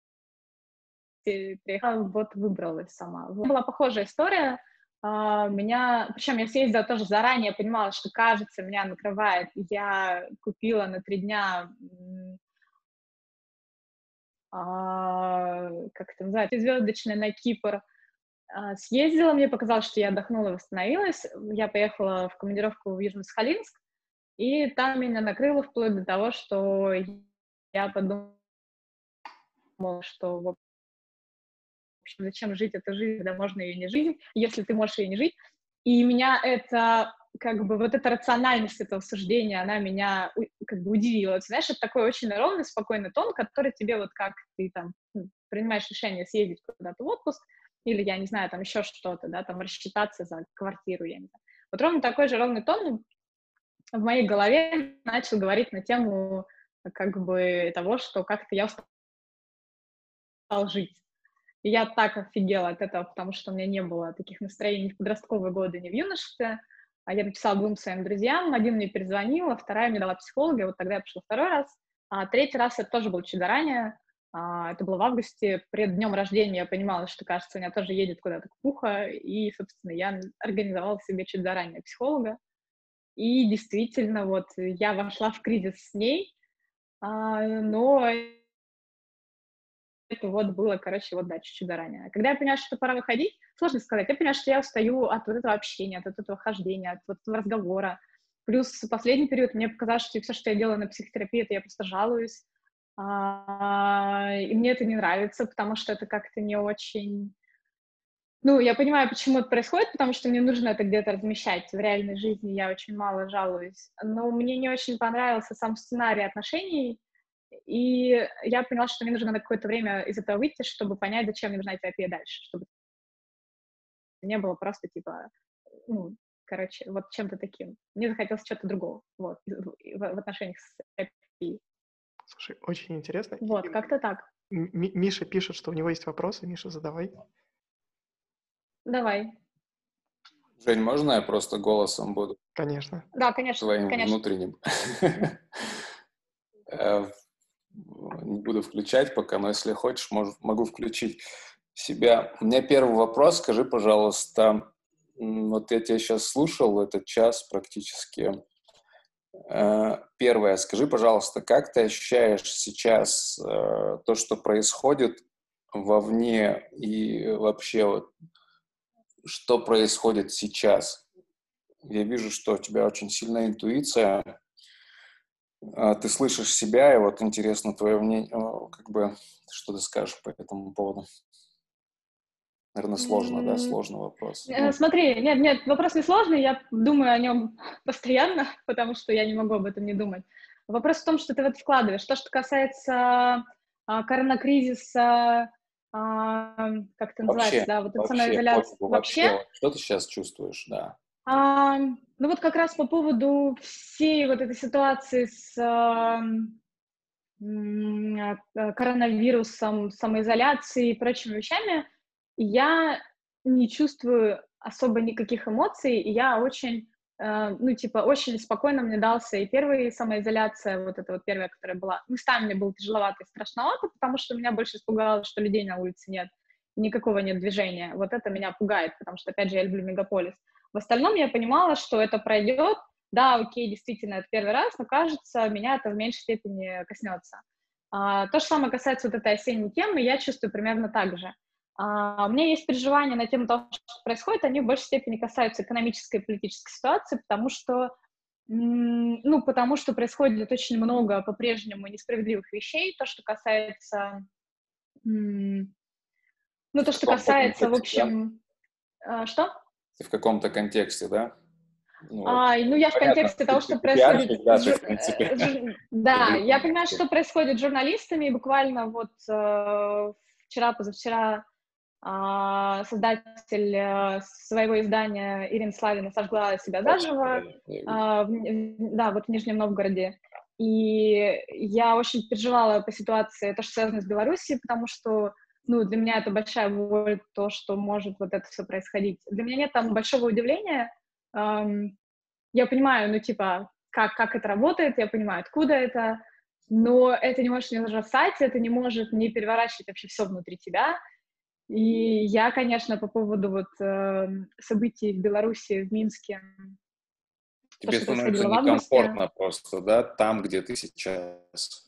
и приехала, вот выбралась сама. Вот. Была похожая история. А, Меня, причем я съездила тоже заранее, понимала, что, кажется, меня накрывает. Я купила на три дня, м, а, как это называется, звездочная на Кипр. А, Съездила, мне показалось, что я отдохнула, восстановилась. Я поехала в командировку в Южно-Сахалинск, и там меня накрыло вплоть до того, что я подумала, что, в общем, зачем жить эту жизнь, когда можно ее не жить, если ты можешь ее не жить. И меня это, как бы, вот эта рациональность этого суждения, она меня у- как бы удивила. Ты знаешь, это такой очень ровный, спокойный тон, который тебе вот как ты там ну, принимаешь решение съездить куда-то в отпуск, или, я не знаю, там еще что-то, да, там рассчитаться за квартиру, я не знаю. Вот ровно такой же ровный тон в моей голове начал говорить на тему как бы того, что как-то я устал жить. И я так офигела от этого, потому что у меня не было таких настроений ни в подростковые годы, ни в юношестве. А я написала двум своим друзьям, один мне перезвонил, а вторая мне дала психолога, вот тогда я пошла второй раз. А третий раз это тоже был чуть заранее, а, это было в августе, перед днем рождения я понимала, что, кажется, у меня тоже едет куда-то кукуха, и, собственно, я организовала себе чуть заранее психолога. И действительно, вот я вошла в кризис с ней, а, но это вот было, короче, вот, да, чуть-чуть заранее. Когда я поняла, что пора выходить, сложно сказать. Я поняла, что я устаю от вот этого общения, от вот этого хождения, от вот этого разговора. Плюс в последний период мне показалось, что все, что я делаю на психотерапии, это я просто жалуюсь. А, и мне это не нравится, потому что это как-то не очень... Ну, я понимаю, почему это происходит, потому что мне нужно это где-то размещать. В реальной жизни я очень мало жалуюсь. Но мне не очень понравился сам сценарий отношений, и я поняла, что мне нужно на какое-то время из этого выйти, чтобы понять, зачем мне нужна терапия дальше, чтобы не было просто типа, ну, короче, вот чем-то таким. Мне захотелось чего-то другого, вот, в, в, в отношениях с терапией. Слушай, очень интересно. Вот, И как-то так. М- Ми- Миша пишет, что у него есть вопросы. Миша, задавай. Давай. Жень, можно я просто голосом буду Конечно. Да, конечно, твоим конечно. внутренним? Э, Не буду включать пока, но если хочешь, мож- могу включить себя. У меня первый вопрос. Скажи, пожалуйста, м, вот я тебя сейчас слушал этот час практически. Э, Первое, скажи, пожалуйста, как ты ощущаешь сейчас э, то, что происходит вовне и вообще вот, что происходит сейчас? Я вижу, что у тебя очень сильная интуиция, а, ты слышишь себя, и вот интересно твое мнение, о, как бы, что ты скажешь по этому поводу? Наверное, сложно, да, М, сложный вопрос. э, Ну, Смотри, нет, нет, вопрос не сложный, я думаю о нем постоянно, потому что я не могу об этом не думать. Вопрос в том, что ты в это вкладываешь. То, что касается а, коронакризиса, а, как это называется, вообще, да, вот эта вообще, самоизоляция пофигу, вообще. вообще, вот что ты сейчас чувствуешь, да. А, ну вот как раз по поводу всей вот этой ситуации с ам, м, а, э, коронавирусом, самоизоляцией и прочими вещами, я не чувствую особо никаких эмоций, и я очень, э, ну, типа, очень спокойно мне дался и первая самоизоляция, вот эта вот первая, которая была. Местами мне было тяжеловато и страшновато, потому что меня больше испугало, что людей на улице нет, никакого нет движения. Вот это меня пугает, потому что, опять же, я люблю мегаполис. В остальном я понимала, что это пройдет. Да, окей, действительно, это первый раз, но, кажется, меня это в меньшей степени коснется. А, то же самое касается вот этой осенней темы, я чувствую примерно так же. А, у меня есть переживания на тему того, что происходит, они в большей степени касаются экономической и политической ситуации, потому что, м, ну, потому что происходит очень много по-прежнему несправедливых вещей, то, что касается, м, ну, В то, что каком-то касается, в контексте, да? общем, а, что? В каком-то контексте, да? Ну, вот. А, ну, я в Понятно, контексте ты, того, ты, что ты происходит пиарщик, да, с ты, жур... в принципе, э, жур- ты Да, я в понимаю, что происходит с журналистами, и буквально вот э, вчера, позавчера а, создатель э, своего издания Ирина Славина сожгла себя Точно, да, заживо, я видел. а, в Н- в- да, вот в Нижнем Новгороде. И я очень переживала по ситуации, то, что связано с Белоруссией, потому что, ну, для меня это большая боль, то, что может вот это все происходить. Для меня нет там большого удивления. Ам, я понимаю, ну, типа, как, как это работает, я понимаю, откуда это, но это не может не ужасать, это не может не переворачивать вообще все внутри тебя. И я, конечно, по поводу вот э, событий в Беларуси, в Минске, то, Тебе что становится происходило в августе, некомфортно просто, да, там, где ты сейчас.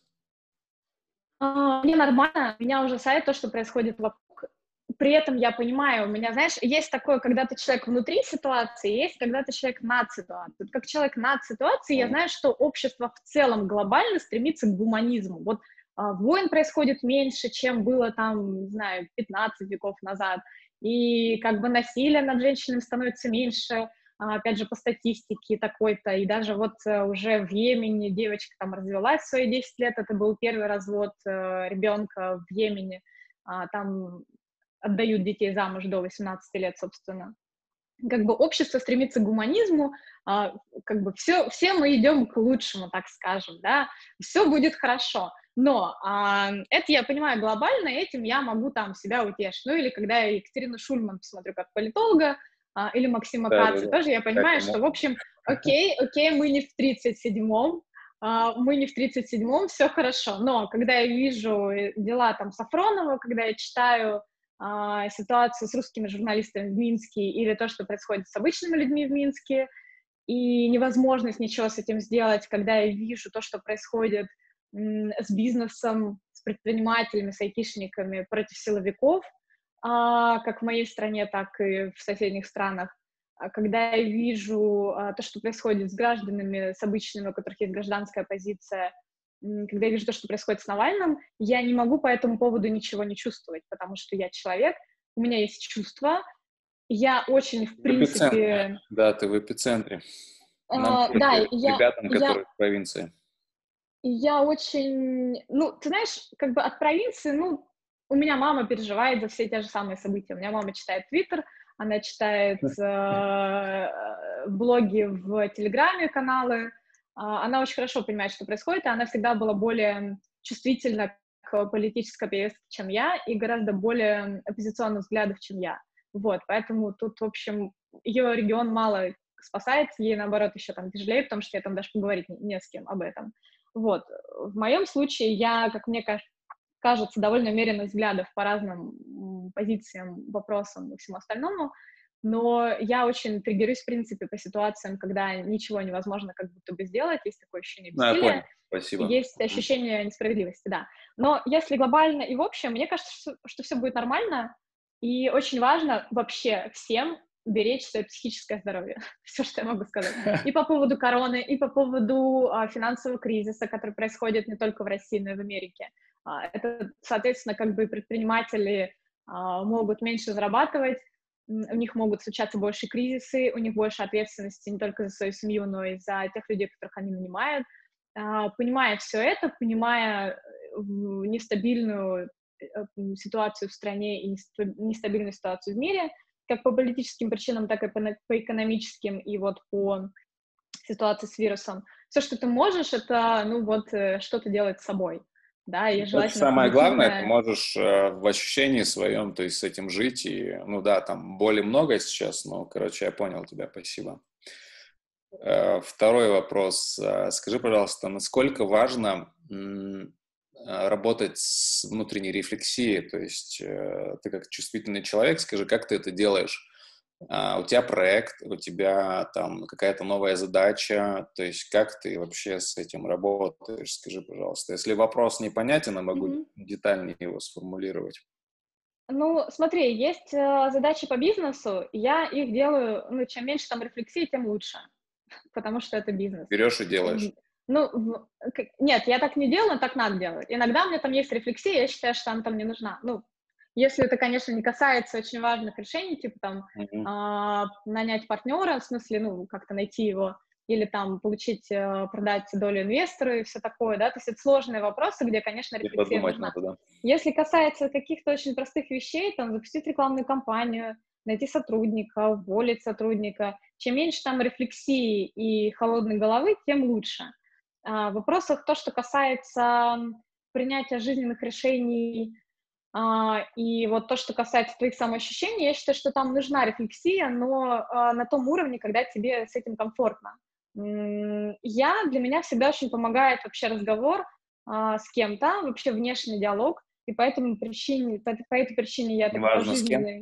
а, мне нормально, меня ужасает то, что происходит вокруг. При этом я понимаю, у меня, знаешь, есть такое, когда ты человек внутри ситуации, есть когда ты человек над ситуацией. Вот как человек над ситуацией, я Мгм. знаю, что общество в целом глобально стремится к гуманизму. Вот а, войн происходит меньше, чем было там, не знаю, пятнадцать веков назад, и как бы насилие над женщинами становится меньше, а, опять же, по статистике такой-то, и даже вот э, уже в Йемене девочка там развелась в свои десять лет, это был первый развод э, ребенка в Йемене, а, там отдают детей замуж до восемнадцати лет, собственно. Как бы общество стремится к гуманизму, а, как бы все, все мы идем к лучшему, так скажем, да, все будет хорошо. Но а, это я понимаю глобально, этим я могу там себя утешить. Ну или когда я Екатерину Шульман посмотрю как политолога, а, или Максима Да, да, Каца, да. тоже я Как понимаю, что, в ему? общем, окей, окей, мы не в тридцать седьмом, а, мы не в тридцать седьмом, все хорошо. Но когда я вижу дела там Сафронова, когда я читаю а, ситуацию с русскими журналистами в Минске или то, что происходит с обычными людьми в Минске, и невозможность ничего с этим сделать, когда я вижу то, что происходит м, с бизнесом, с предпринимателями, с айтишниками против силовиков, а, как в моей стране, так и в соседних странах, а когда я вижу а, то, что происходит с гражданами, с обычными, у которых есть гражданская позиция, когда я вижу то, что происходит с Навальным, я не могу по этому поводу ничего не чувствовать, потому что я человек, у меня есть чувства, я очень, в В принципе... эпицентре. Да, ты в эпицентре. Нам Uh, да, я, ребятам, которые я, в провинции. я очень... Ну, ты знаешь, как бы от провинции, ну, у меня мама переживает за все те же самые события. У меня мама читает Твиттер, она читает э, блоги в Телеграме, каналы. Она очень хорошо понимает, что происходит, и она всегда была более чувствительна к политической повестке, чем я, и гораздо более оппозиционных взглядов, чем я. Вот, поэтому тут, в общем, ее регион мало спасает, ей, наоборот, еще там тяжелее, потому что я там даже поговорить не, не с кем об этом. Вот, в моем случае я, как мне кажется, кажется, довольно умеренных взглядов по разным позициям, вопросам и всему остальному, но я очень триггерюсь, в принципе, по ситуациям, когда ничего невозможно как будто бы сделать, есть такое ощущение Ну, я бессилия, понял. Спасибо. есть ощущение несправедливости, да. Но если глобально и в общем, мне кажется, что, что все будет нормально, и очень важно вообще всем беречь свое психическое здоровье. Все, что я могу сказать. И по поводу короны, и по поводу а, финансового кризиса, который происходит не только в России, но и в Америке. А, это, соответственно, как бы предприниматели а, могут меньше зарабатывать, у них могут случаться больше кризисы, у них больше ответственности не только за свою семью, но и за тех людей, которых они нанимают. А, понимая все это, понимая нестабильную ситуацию в стране и нестабильную ситуацию в мире, как по политическим причинам, так и по, по экономическим, и вот по ситуации с вирусом. Все, что ты можешь, это, ну вот, что-то делать с собой, да, и желательно самое позитивное. главное, ты можешь э, в ощущении своем, то есть с этим жить, и, ну да, там боли много сейчас, но, короче, я понял тебя, спасибо. Э, второй вопрос. Скажи, пожалуйста, насколько важно м, работать с внутренней рефлексией, то есть э, ты как чувствительный человек, скажи, как ты это делаешь? Uh, у тебя проект, у тебя там какая-то новая задача, то есть как ты вообще с этим работаешь, скажи, пожалуйста. Если вопрос непонятен, я могу mm-hmm. детальнее его сформулировать. Ну, смотри, есть э, задачи по бизнесу, я их делаю, ну, чем меньше там рефлексии, тем лучше, потому что это бизнес. Берешь и делаешь. Ну, в, как, нет, я так не делаю, так надо делать. Иногда у меня там есть рефлексия, я считаю, что она там не нужна. Ну, если это, конечно, не касается очень важных решений, типа там mm-hmm. а, нанять партнера, в смысле, ну, как-то найти его, или там получить, а, продать долю инвестора и все такое, да, то есть это сложные вопросы, где, конечно, рефлексия нужна. Надо, да. Если касается каких-то очень простых вещей, там, запустить рекламную кампанию, найти сотрудника, уволить сотрудника, чем меньше там рефлексии и холодной головы, тем лучше. А, в вопросах то, что касается принятия жизненных решений, Uh, и вот то, что касается твоих самоощущений, я считаю, что там нужна рефлексия, но uh, на том уровне, когда тебе с этим комфортно. Mm, я, для меня всегда очень помогает вообще разговор uh, с кем-то, вообще внешний диалог, и по, этому причине, по, по этой причине я такой жизненный.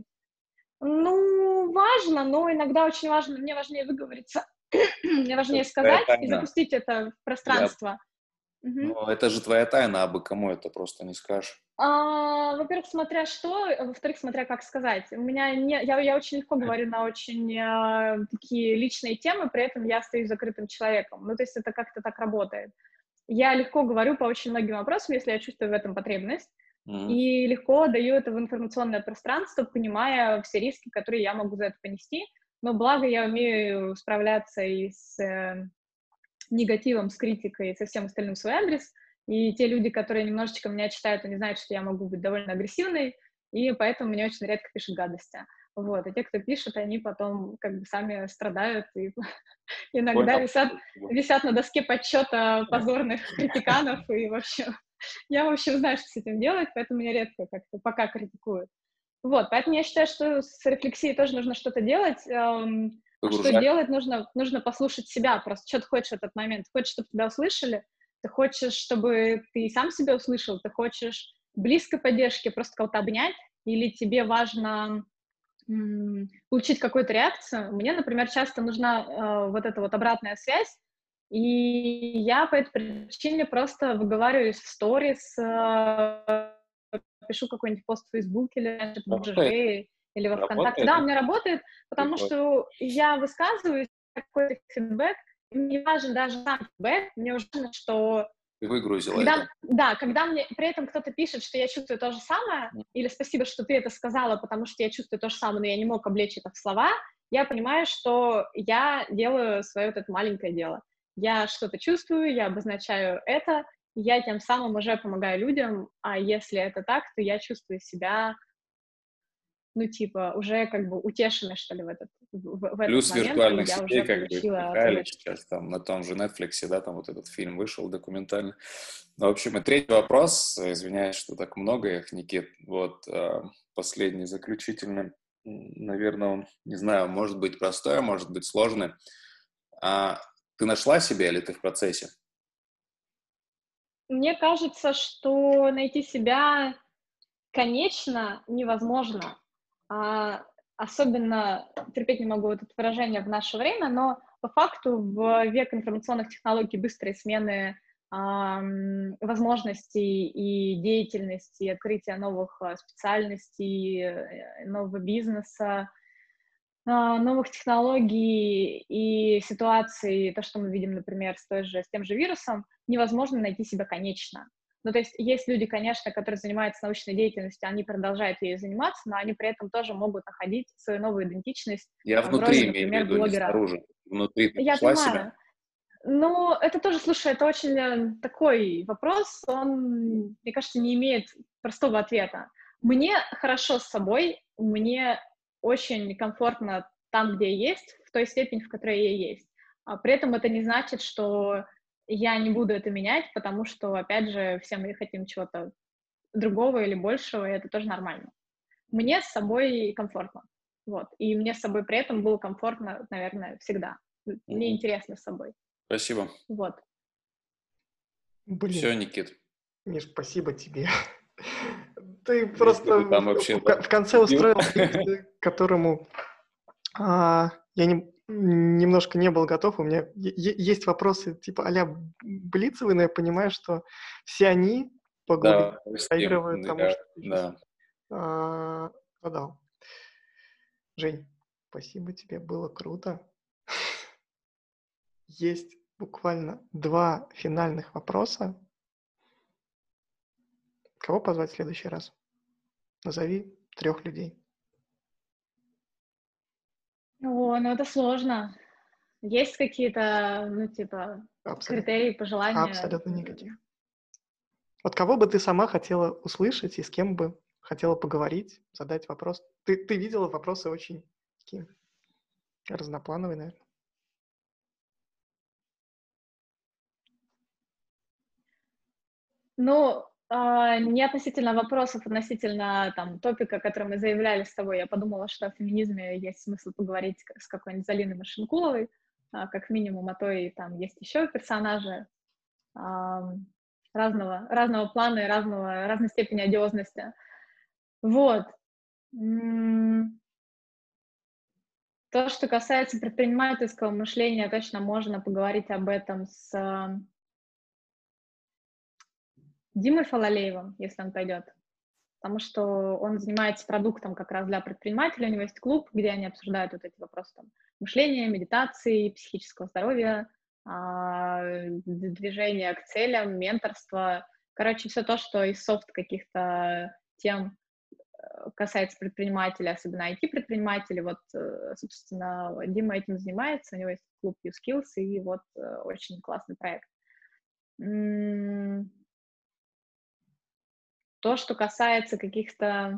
Ну, важно, но иногда очень важно, мне важнее выговориться, мне важнее сказать и запустить это в пространство. Я... Угу. Ну, это же твоя тайна, а бы кому это просто не скажешь. А, во-первых, смотря что, во-вторых, смотря как сказать. У меня не, я, я очень легко говорю на очень а, такие личные темы, при этом я остаюсь закрытым человеком. Ну, то есть это как-то так работает. Я легко говорю по очень многим вопросам, если я чувствую в этом потребность, mm-hmm. и легко даю это в информационное пространство, понимая все риски, которые я могу за это понести. Но благо я умею справляться и с э, негативом, с критикой, и со всем остальным в свой адрес. И те люди, которые немножечко меня читают, они знают, что я могу быть довольно агрессивной, и поэтому мне очень редко пишут гадости. Вот. А те, кто пишет, они потом как бы сами страдают и иногда висят, висят на доске подсчета позорных критиканов, и в общем, я в общем знаю, что с этим делать, поэтому меня редко как-то пока критикуют. Вот, поэтому я считаю, что с рефлексией тоже нужно что-то делать. Эм, а что делать? Нужно, нужно послушать себя просто. Что ты хочешь в этот момент? Хочешь, чтобы тебя услышали? Ты хочешь, чтобы ты сам себя услышал? Ты хочешь близкой поддержки, просто кого-то обнять? Или тебе важно м- получить какую-то реакцию? Мне, например, часто нужна э, вот эта вот обратная связь, и я по этой причине просто выговариваюсь в сторис, э, пишу какой-нибудь пост в Фейсбуке или в ЖЖ, или во ВКонтакте. Да, у меня работает, потому что я высказываюсь какой-то фидбэк, мне важен даже сам фидбэк, мне важно, что Ты выгрузила Когда, это. да, когда мне при этом кто-то пишет, что я чувствую то же самое, или спасибо, что ты это сказала, потому что я чувствую то же самое, но я не мог облечь это в слова, я понимаю, что я делаю свое вот это маленькое дело. Я что-то чувствую, я обозначаю это, и я тем самым уже помогаю людям, а если это так, то я чувствую себя, ну, типа, уже как бы утешенной, что ли, в этот, в, в этот Плюс момент, и виртуальных я сетей уже как бы получила впихали поддержку. сейчас там на том же Netflix, да, там вот этот фильм вышел документальный. Ну, в общем, и третий вопрос, извиняюсь, что так много их, Никит, вот э, последний, заключительный, наверное, он, не знаю, может быть простой, а может быть сложный. А ты нашла себя или ты в процессе? Мне кажется, что найти себя, конечно, невозможно. А, особенно терпеть не могу вот это выражение в наше время, но по факту в век информационных технологий, быстрой смены ам, возможностей и деятельности, и открытия новых а, специальностей, э, нового бизнеса, а, новых технологий и ситуаций, то, что мы видим, например, с, той же, с тем же вирусом, невозможно найти себя конечно. Ну, то есть есть люди, конечно, которые занимаются научной деятельностью, они продолжают ею заниматься, но они при этом тоже могут находить свою новую идентичность Я а, в роли, внутри имею в например, виду, не блогера. снаружи. Внутри ты Я нашла себя? понимаю. Ну, это тоже, слушай, это очень э, такой вопрос, он, мне кажется, не имеет простого ответа. Мне хорошо с собой, мне очень комфортно там, где я есть, в той степени, в которой я есть. А при этом это не значит, что я не буду это менять, потому что, опять же, все мы хотим чего-то другого или большего, и это тоже нормально. Мне с собой комфортно, вот, и мне с собой при этом было комфортно, наверное, всегда. Мне Мгм. интересно с собой, Спасибо. вот. Блин, Все, Никит. Миш, спасибо тебе. Ты Если просто бы в, там вообще в- в конце убил. устроил блиц, к которому а, я не- немножко не был готов. У меня е- е- есть вопросы типа а-ля блицевые, но я понимаю, что все они по глубине Да, прости. проигрывают тому, Да, что ты сейчас да. а, задал. Жень, спасибо тебе, было круто. Есть буквально два финальных вопроса. Кого позвать в следующий раз? Назови трех людей. О, ну это сложно. Есть какие-то, ну, типа, Абсолютно, критерии, пожелания? абсолютно никаких. Вот кого бы ты сама хотела услышать и с кем бы хотела поговорить, задать вопрос? Ты, ты видела вопросы очень такие разноплановые, наверное. Ну, а, не относительно вопросов, относительно там топика, который мы заявляли с тобой, я подумала, что о феминизме есть смысл поговорить к- с какой-нибудь Залиной Машинкуловой, а, как минимум, а то и там есть еще персонажи ам, разного, разного плана и разного, разной степени одиозности. Вот. М, То, что касается предпринимательского мышления, точно можно поговорить об этом с а, Димой Фалалеевым, если он пойдет. Потому что он занимается продуктом как раз для предпринимателей. У него есть клуб, где они обсуждают вот эти вопросы там, мышления, медитации, психического здоровья, а, д- движения к целям, менторства. Короче, все то, что из софт каких-то тем э, касается предпринимателей, особенно ай ти-предпринимателей. Вот, э, собственно, Дима этим занимается, у него есть клуб YouSkills, и вот э, очень классный проект. М, То, что касается каких-то,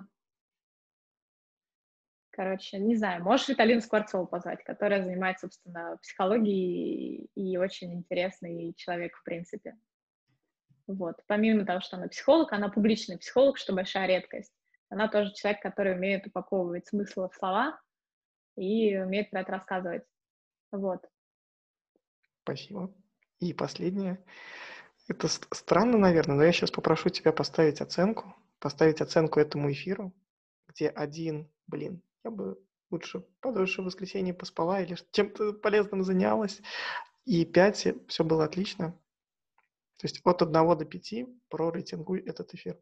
короче, не знаю, можешь Виталину Скворцову позвать, которая занимается, собственно, психологией и очень интересный человек, в принципе. Вот. Помимо того, что она психолог, она публичный психолог, что большая редкость. Она тоже человек, который умеет упаковывать смыслы в слова и умеет про это рассказывать. Вот. Спасибо. И последнее. Это ст- странно, наверное, но я сейчас попрошу тебя поставить оценку. Поставить оценку этому эфиру, где один, блин, я бы лучше подольше в воскресенье поспала или ш- чем-то полезным занялась. И пять, все было отлично. То есть от одного до пяти прорейтингуй этот эфир.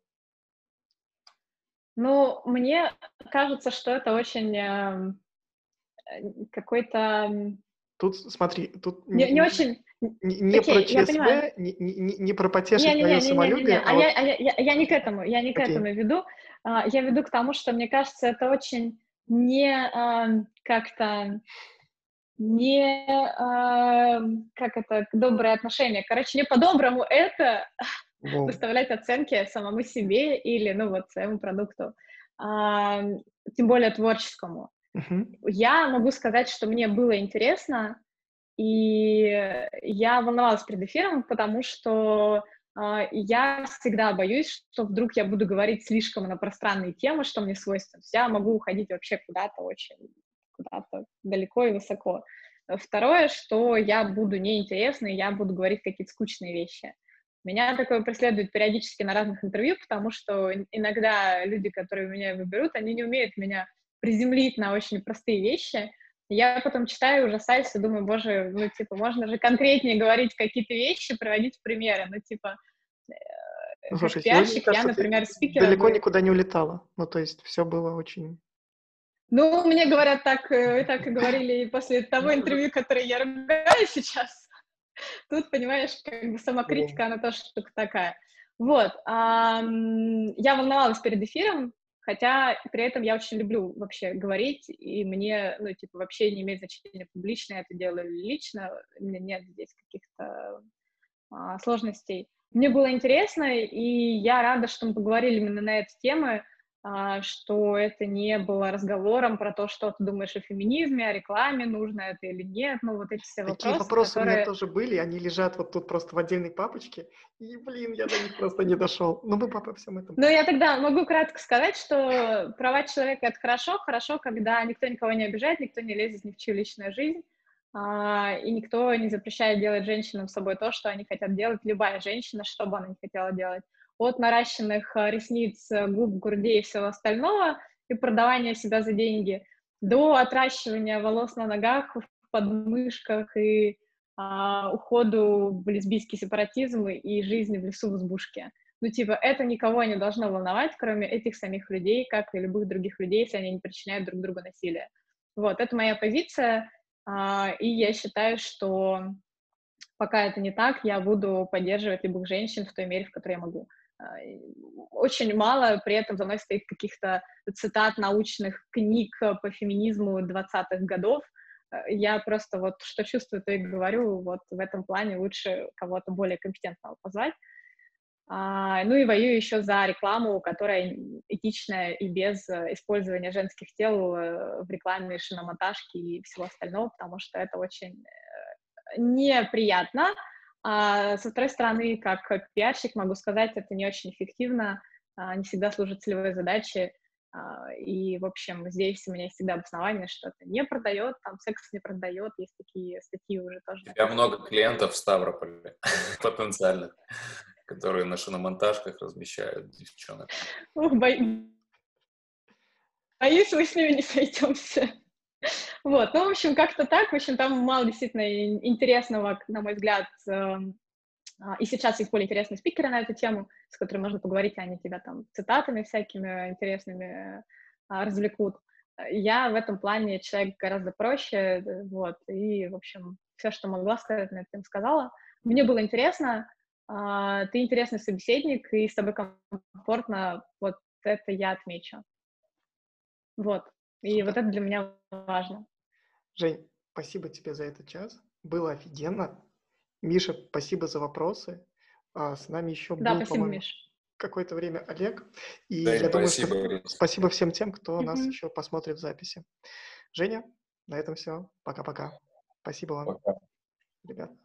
Ну, мне кажется, что это очень эм, э, какой-то м, Тут, смотри, тут не, не, не не- очень, не, не про Окей, я понимаю. ЧСВ, не, не, не про потешить твое Не-не-не-не-не-не, самолюбие, а а я, вот... а я, я, я не к этому, я не к Окей. этому веду. А, Я веду к тому, что, мне кажется, это очень не ам, как-то не, ам, как это, доброе отношение. Короче, не по-доброму это Воу. выставлять оценки самому себе или, ну, вот, своему продукту, ам, тем более творческому. Мгм. Я могу сказать, что мне было интересно, и я волновалась перед эфиром, потому что а, я всегда боюсь, что вдруг я буду говорить слишком на пространные темы, что мне свойственно. То есть я могу уходить вообще куда-то очень, куда-то далеко и высоко. Второе, что я буду неинтересна, и я буду говорить какие-то скучные вещи. Меня такое преследует периодически на разных интервью, потому что иногда люди, которые меня выберут, они не умеют меня приземлить на очень простые вещи. Я потом читаю, ужасаюсь и думаю, боже, ну, типа, можно же конкретнее говорить какие-то вещи, приводить примеры. Ну, типа, Ну, э, как слушай, сегодня, мне пиарщик, я, кажется, ты например, спикера далеко бы... никуда не улетала. Ну, то есть все было очень... Ну, мне говорят, так, э, так и говорили и после того интервью, которое я ругаю сейчас. Тут, понимаешь, как бы Воу. самокритика, она тоже штука такая. Вот. ам, Я волновалась перед эфиром, хотя при этом я очень люблю вообще говорить, и мне, ну, типа, вообще не имеет значения, публично я это делаю или лично, у меня нет здесь каких-то а, сложностей. Мне было интересно, и я рада, что мы поговорили именно на эти темы, а, что это не было разговором про то, что ты думаешь о феминизме, о рекламе, нужно это или нет, ну, вот эти все Такие вопросы, вопросы у меня которые... тоже были, они лежат вот тут просто в отдельной папочке, и, блин, я до них просто не дошел. Но мы обо всем этом Ну, я тогда могу кратко сказать, что права человека — это хорошо, хорошо, когда никто никого не обижает, никто не лезет ни в чью личную жизнь, а, и никто не запрещает делать женщинам с собой то, что они хотят делать, любая женщина, что бы она ни хотела делать. От наращенных а, ресниц, губ, грудей и всего остального, и продавания себя за деньги, до отращивания волос на ногах, в подмышках и а, уходу в лесбийский сепаратизм и жизни в лесу в избушке. Ну, типа, это никого не должно волновать, кроме этих самих людей, как и любых других людей, если они не причиняют друг другу насилие. Вот, это моя позиция, а, и я считаю, что пока это не так, я буду поддерживать любых женщин в той мере, в которой я могу. А, и Очень мало при этом за мной стоит каких-то цитат научных книг по феминизму двадцатых годов. А, Я просто вот что чувствую, то и говорю, вот в этом плане лучше кого-то более компетентного позвать. А, ну и воюю еще за рекламу, которая этичная и без э, использования женских тел э, в рекламе шиномонтажки и всего остального, потому что это очень э, неприятно. А со второй стороны, как пиарщик могу сказать, это не очень эффективно, а, не всегда служит целевой задаче. А, И, в общем, здесь у меня есть всегда обоснование, что это не продает, там секс не продает, есть такие статьи уже тоже У тебя написаны. много клиентов в Ставрополе потенциальных, которые на шиномонтажках размещают девчонок. Ух, бо- боюсь, мы с ними не сойдемся. Вот, ну, в общем, как-то так. В общем, там мало действительно ин- интересного, на мой взгляд. эм, а, И сейчас есть более интересные спикеры на эту тему, с которыми можно поговорить, а они тебя там цитатами всякими интересными а, развлекут. Я в этом плане человек гораздо проще, э, вот, и, в общем, все, что могла сказать, на это им сказала. Мне было интересно, а, ты интересный собеседник, и с тобой комфортно, вот это я отмечу. Вот, и вот Супер. это для меня важно. Жень, спасибо тебе за этот час. Было офигенно. Миша, спасибо за вопросы. А, с нами еще Да, был, спасибо, по-моему, Миш. какое-то время Олег. И Жень, я думаю, что спасибо, Ирина. спасибо всем тем, кто нас Мгм. еще посмотрит в записи. Женя, на этом все. Пока-пока. Спасибо вам, Пока. ребят.